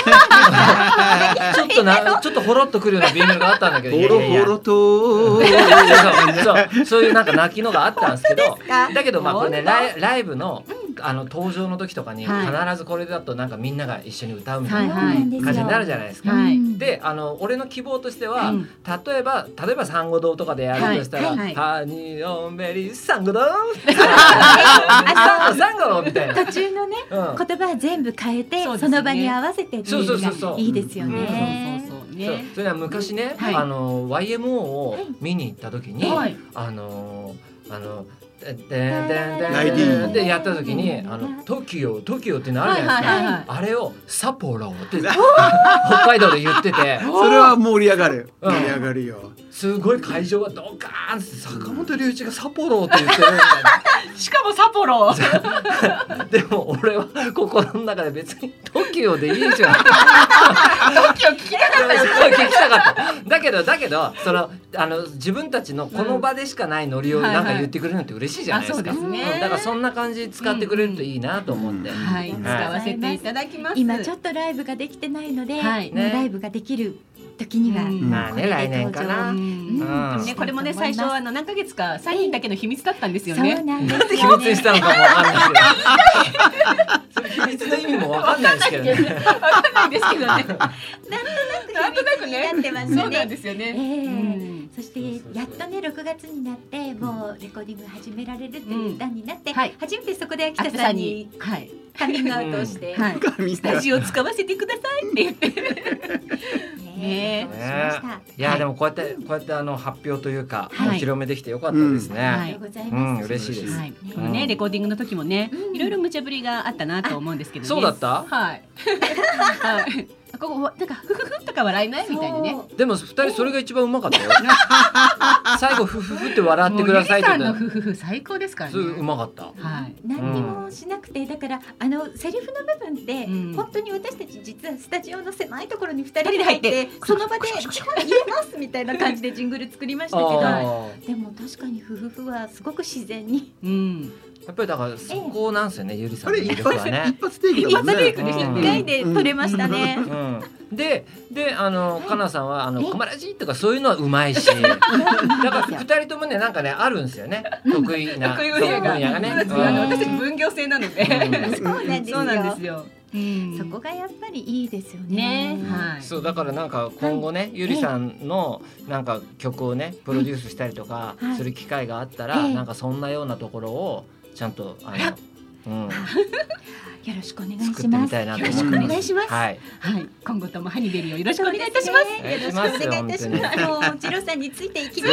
ちょっとほろっとくるような B メロがあったんだけど、 ほろほろとそういうなんか泣きのがあったんですけど、だけどまあこれねライブの登場の時とかに必ずこれだとなんかみんなが一緒に歌うみたいな感じになるじゃないですか。で俺の希望としては例えばサンゴ堂とかでやるとしたらハニオンベリーサンゴ堂サンゴみたいな途中のね言葉は全部変えてその場に合わせてっていうのがいいですよね。 それは昔ねYMO を見に行った時にでやった時にTOKIOっていうのあるじゃないですか。あれをサポロって北海道で言っててそれは盛り上がるよ。 すごい会場がドカーンって坂本龍一がサポロって言ってるみたいな。 しかもサポロでも俺は心の中で別に TOKIO でいいじゃん。 TOKIO 聞きたかったよ。 聞きたかった。だけど自分たちのこの場でしかないノリをなんか言ってくれるのって嬉しいじゃないですか。だからそんな感じで使ってくれるといいなと思って使わせていただきます。 今ちょっとライブができてないのでライブができる時には、 まあね、来年かな。 ね、これもね、最初何ヶ月か3人だけの秘密だったんですよね。 そうなんですよね。 秘密にしたのかもわかんないけど。秘密の意味もわかんないですけどね。 わかんないですけどね。 なんとなくね、 そうなんですよね。 そしてやっとね6月になってもうレコーディング始められるっていう段になって初めてそこで秋田さんにカミングアウトをしてスタジオ使わせてくださいって言っていやでもこうやって発表というかお披露目できてよかったですね。 ありがとうございます。 嬉しいです。 このねレコーディングの時もねいろいろ無茶ぶりがあったなと思うんですけどね。 そうだった？ はい。ここなんかフフフとか笑えないみたいなね。 でも2人それが一番うまかったよ。最後フフフって笑ってくださいって言った。 フフフ最高ですからね。 うまかった。 はい。何にもしなくてだからセリフの部分って本当に私たち実はスタジオの狭いところに2人で入ってその場で入れますみたいな感じでジングル作りましたけど、でも確かにフフフはすごく自然に。 やっぱりだからそこなんですよね、ゆりさんの魅力はね。 一発テイクだもんね。 1回で撮れましたね。 でかなさんはコマラジとかそういうのはうまいし、だから2人ともねなんかねあるんですよね、得意な分野がね。 私たち分業制なので。 そうなんですよ。そこがやっぱりいいですよね。 そうだからなんか今後ねゆりさんのなんか曲をねプロデュースしたりとかする機会があったらなんかそんなようなところをちゃんとよろしくお願いします。 作ってみたいなと思います。 よろしくお願いします。 はい、今後ともハニベリーをよろしくお願いいたします。 よろしくお願いいたします。次郎さんについていきます。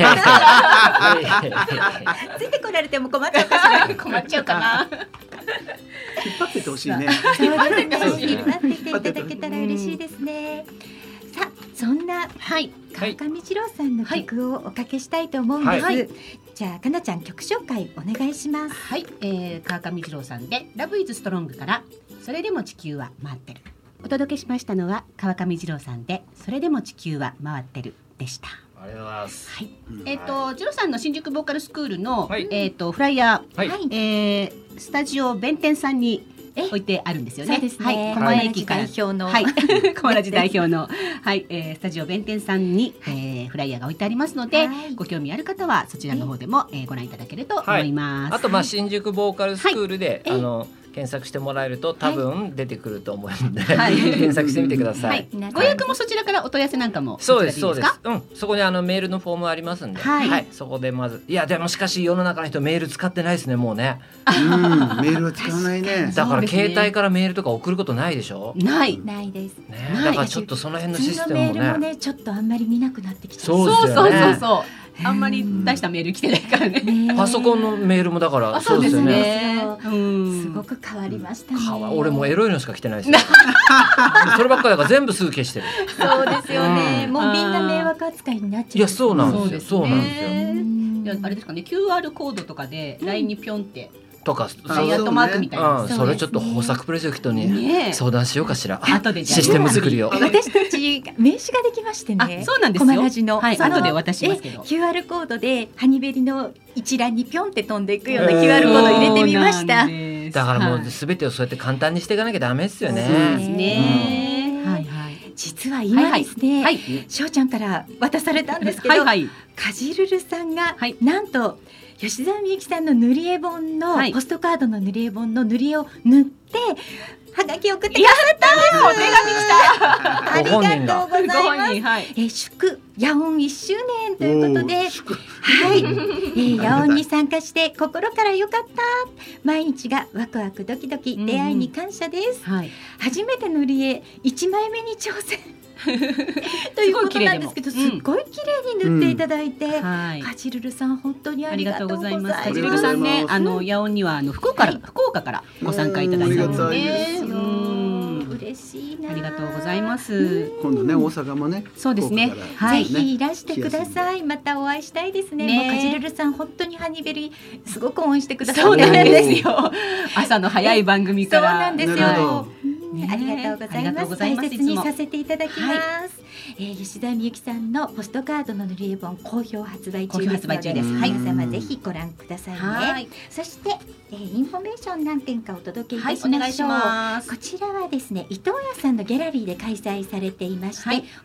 ついてこられても困っちゃうかしら。 困っちゃうかな。 引っ張っててほしいね。 引っ張っていただけたら嬉しいですね。さあそんな川上次郎さんの曲をおかけしたいと思うんです。じゃあかなちゃん曲紹介お願いします。 はい、川上次郎さんでLove is Strongからそれでも地球は回ってる。お届けしましたのは川上次郎さんでそれでも地球は回ってるでした。 ありがとうございます。 はい。次郎さんの新宿ボーカルスクールのフライヤー、スタジオ弁天さんに置いてあるんですよね。 そうですね。 小前駅から代表の小原寺代表のスタジオ弁天さんにフライヤーが置いてありますので、ご興味ある方はそちらの方でもご覧いただけると思います。 あと新宿ボーカルスクールで検索してもらえると多分出てくると思うので検索してみてください。 ご予約もそちらからお問い合わせなんかもそうですそうです。そこにメールのフォームありますんで、そこでまず。いやでもしかし世の中の人メール使ってないですねもうね。 メールは使わないね。 だから携帯からメールとか送ることないでしょ。 ないです。 だからちょっとその辺のシステムもメールもねちょっとあんまり見なくなってきた。 そうあんまり大したメール来てないからね。 パソコンのメールもだからそうですよね。 すごく変わりましたね。 俺もエロいのしか来てないですよ。そればっかりだから全部すぐ消してる。 そうですよね。もうみんな迷惑扱いになっちゃう。 いやそうなんですよ。そうなんですよ。 いやあれですかね QR コードとかで LINE にピョンってとかアットマークみたいな。 それちょっと豊作プロジェクトに相談しようかしら。 後でシステム作りを。 私たち名刺ができましてね。 そうなんですよ。 コマラジの後で渡しますけど。 QR コードでハニベリの一覧にピョンって飛んでいくような QR コード入れてみました。 だからもうすべてをそうやって簡単にしていかなきゃダメですよね。 そうですね。実は今ですね、しょうちゃんから渡されたんですけど、かじるるさんがなんと吉澤美幸さんの塗り絵本のポストカードの塗り絵本の塗り絵を塗ってはがきを送ってくださったんです。お手紙来た。ありがとうございます。祝野音1周年ということで、野音に参加して心から良かった。毎日がワクワクドキドキ、出会いに感謝です。初めて塗り絵1枚目に挑戦。ということなんですけど、すっごい綺麗に塗っていただいて、かじるるさん本当にありがとうございます。 かじるるさんね、野音には福岡からご参加いただいたんですね。 嬉しいな。 ありがとうございます。 今度ね大阪もね。 そうですね。 ぜひいらしてください。またお会いしたいですね。もうかじるるさん本当にハニベリすごく応援してくださって。 そうなんですよ。朝の早い番組から。 そうなんですよ。ありがとうございます。大切にさせていただきます。吉田美幸さんのポストカードの塗り絵本好評発売中ですので、皆様ぜひご覧くださいね。そしてインフォメーション何件かお届けいたしましょう。こちらはですね伊藤屋さんのギャラリーで開催されていまして、本日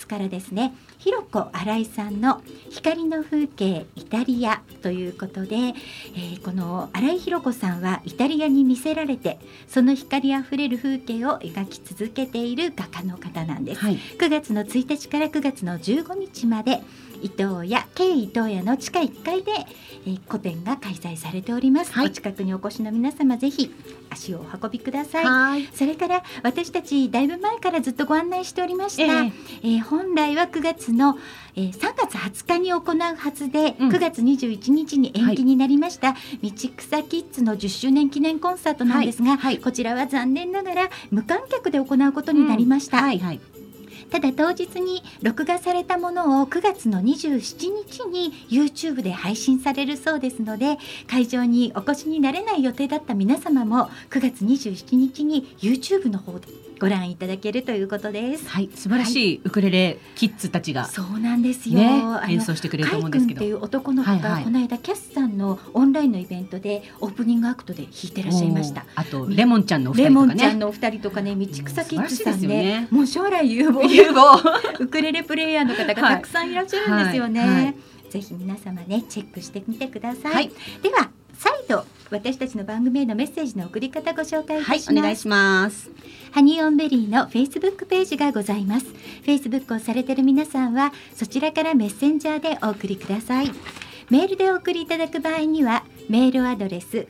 からですね、ひろこ新井さんの光の風景イタリアということで、この新井ひろこさんはイタリアに魅せられて、その光あふれる風景を描き続けている画家の方なんです。9月の1日から9月の15日まで伊東屋の地下1階で、個展が開催されております。お近くにお越しの皆様、ぜひ足をお運びください。それから私たちだいぶ前からずっとご案内しておりました、本来は9月の、3月20日に行うはずで、9月21日に延期になりました、道草キッズの10周年記念コンサートなんですが、こちらは残念ながら無観客で行うことになりました。ただ当日に録画されたものを9月の27日に YouTube で配信されるそうですので、会場にお越しになれない予定だった皆様も9月27日に YouTube の方でご覧いただけるということです。 素晴らしいウクレレキッズたちが、 そうなんですよ、 演奏してくれると思うんですけど、 カイ君っていう男の子がこの間キャスさんのオンラインのイベントでオープニングアクトで弾いてらっしゃいました。 あとレモンちゃんのお二人とかね、 レモンちゃんのお二人とかね、道草キッズさんね、もう将来有望ウクレレプレイヤーの方がたくさんいらっしゃるんですよね。ぜひ皆様ね、チェックしてみてください。では再度私たちの番組へのメッセージの送り方ご紹介いたします。 お願いします。 ハニーオンベリーの Facebook ページがございます。 Facebook をされている皆さんはそちらからメッセンジャーでお送りください。メールでお送りいただく場合にはメールアドレス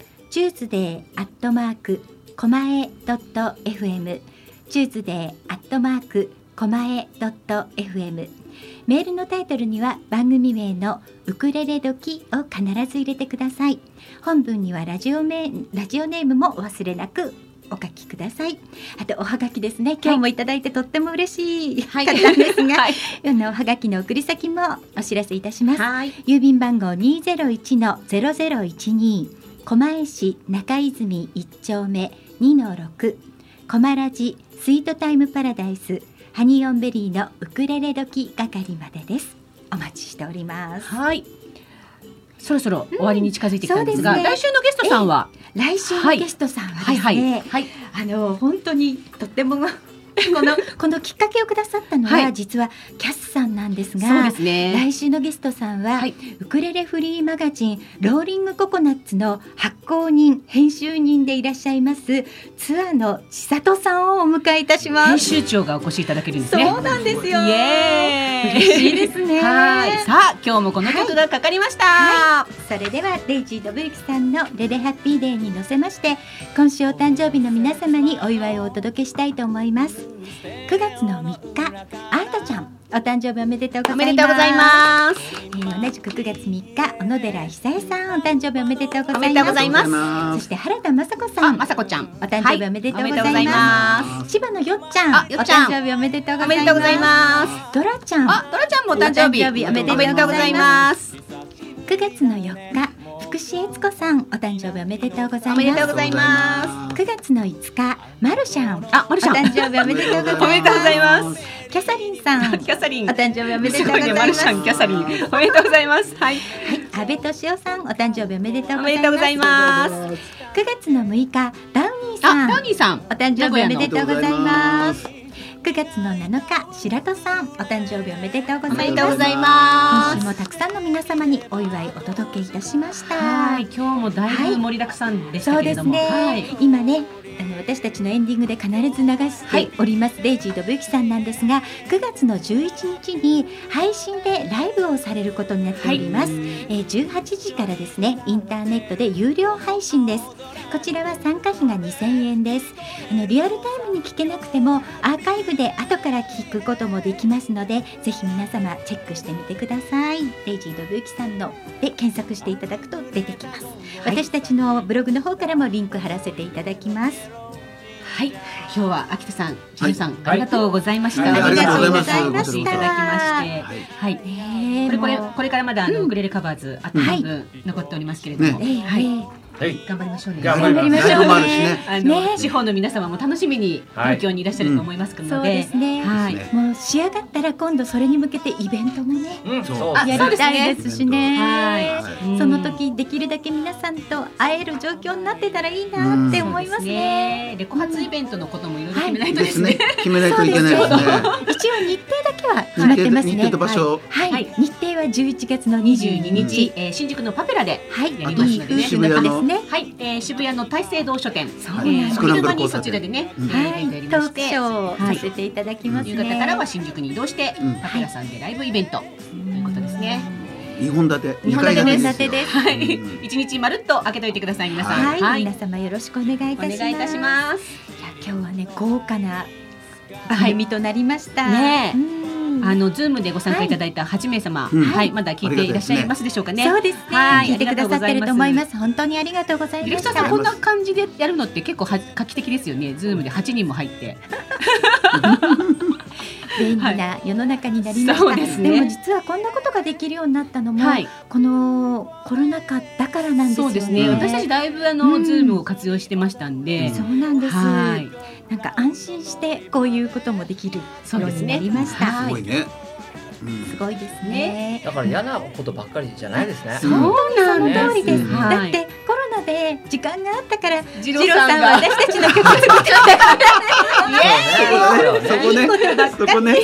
tuesday@komae.fm tuesday@komae.fm、メールのタイトルには番組名のウクレレ時を必ず入れてください。本文にはラジオネームもお忘れなくお書きください。あとおはがきですね、今日もいただいてとっても嬉しい方ですが、おはがきの送り先もお知らせいたします。郵便番号 201-0012 狛江市中泉1丁目 2-6 コマラジスイートタイムパラダイスハニーオンベリーのウクレレ時係までです。お待ちしております。 そろそろ終わりに近づいてきたんですが、来週のゲストさんは来週のゲストさんはですね、本当にとってもこのきっかけをくださったのは、実はキャスさんなんですが、来週のゲストさんは、ウクレレフリーマガジンローリングココナッツの発行人編集人でいらっしゃいますツアの千里さんをお迎えいたします。 編集長がお越しいただけるんですね。 そうなんですよ。 イエーイ、 嬉しいですね。 さあ今日もこの曲がかかりました。 それではレイジー・ドブユキさんのレレハッピーデーに乗せまして、今週お誕生日の皆様にお祝いをお届けしたいと思います。9月の3日、あーたちゃんお誕生日おめでとうございます。 おめでとうございます。 同じく9月3日、小野寺久恵さんお誕生日おめでとうございます。 おめでとうございます。 そして原田雅子さん、 雅子ちゃんお誕生日おめでとうございます。千葉のよっちゃん、お誕生日おめでとうございます。ドラちゃん、 ドラちゃんもお誕生日おめでとうございます。 9月の4日、福士悦子さんお誕生日おめでとうございます。 おめでとうございます。 9月の5日、マルシャン、 マルシャンお誕生日おめでとうございます。 おめでとうございます。 キャサリンさん、 キャサリンお誕生日おめでとうございます。 マルシャン、キャサリンおめでとうございます。 安倍敏夫さんお誕生日おめでとうございます。 おめでとうございます。 9月の6日、ダウニーさん、 ダウニーさんお誕生日おめでとうございます。9月の7日、白戸さんお誕生日おめでとうございます。 おめでとうございます。 今週もたくさんの皆様にお祝いお届けいたしました。 今日もだいぶ盛りだくさんでしたけれども、 今ね、私たちのエンディングで必ず流しております、レイジー・ドブユキさんなんですが、9月の11日に配信でライブをされることになっております。18時からですね、インターネットで有料配信です。こちらは参加費が2000円です。リアルタイムに聞けなくてもアーカイブで後から聞くこともできますので、ぜひ皆様チェックしてみてください。レイジー・ドブユキさんので検索していただくと出てきます。私たちのブログの方からもリンク貼らせていただきます。 今日は秋田さん、千尋さん、ありがとうございました。 ありがとうございました。 いただきまして、これからまだウクレレカバーズあと半分残っておりますけれども、頑張りましょうね。 頑張りましょうね。 地方の皆様も楽しみに東京にいらっしゃると思いますので、 そうですね。もう仕上がったら今度それに向けてイベントもね、やりたいですしね。その時できるだけ皆さんと会える状況になってたらいいなって思いますね。 レコ発イベントのこともいろいろ決めないとですね。 決めないといけないですね。 一応日程だけは決まってますね。 日程と場所、 はい日程は11月の22日、 新宿のパペラでやりますのでね。 渋谷の渋谷の大聖堂書店、お昼間にそちらでねトークショーをさせていただきますね。 夕方からは新宿に移動してパペラさんでライブイベントということですね。 2本立てです。 一日まるっと開けといてください皆さん。 皆様よろしくお願いいたします。今日はね豪華な番組となりました。 ズームでご参加いただいた8名様、まだ聞いていらっしゃいますでしょうかね。 そうですね。聞いてくださってると思います。本当にありがとうございました。 ディレクターさんこんな感じでやるのって結構画期的ですよね。ズームで8人も入って。 便利な世の中になりました。でも実はこんなことができるようになったのもこのコロナ禍だからなんですよね。 そうですね。私たちだいぶズームを活用してましたんで。 そうなんです。なんか安心してこういうこともできるようになりました。 すごいね。 すごいですね。 だから嫌なことばっかりじゃないですね。 その通りです。だってコロナで時間があったからジローさんは私たちの曲作ってたから。 そこね。そこね。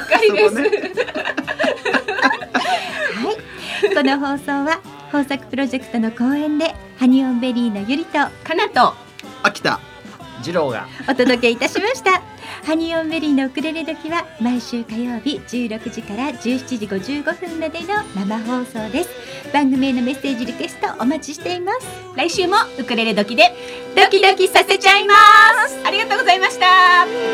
この放送は豊作プロジェクトの公演でハニオンベリーのゆりとかなと秋田次郎がお届けいたしました。ハニオンベリーのウクレレ時は毎週火曜日16時から17時55分までの生放送です。番組へのメッセージリクエストお待ちしています。 来週もウクレレ時でドキドキさせちゃいます。 ありがとうございました。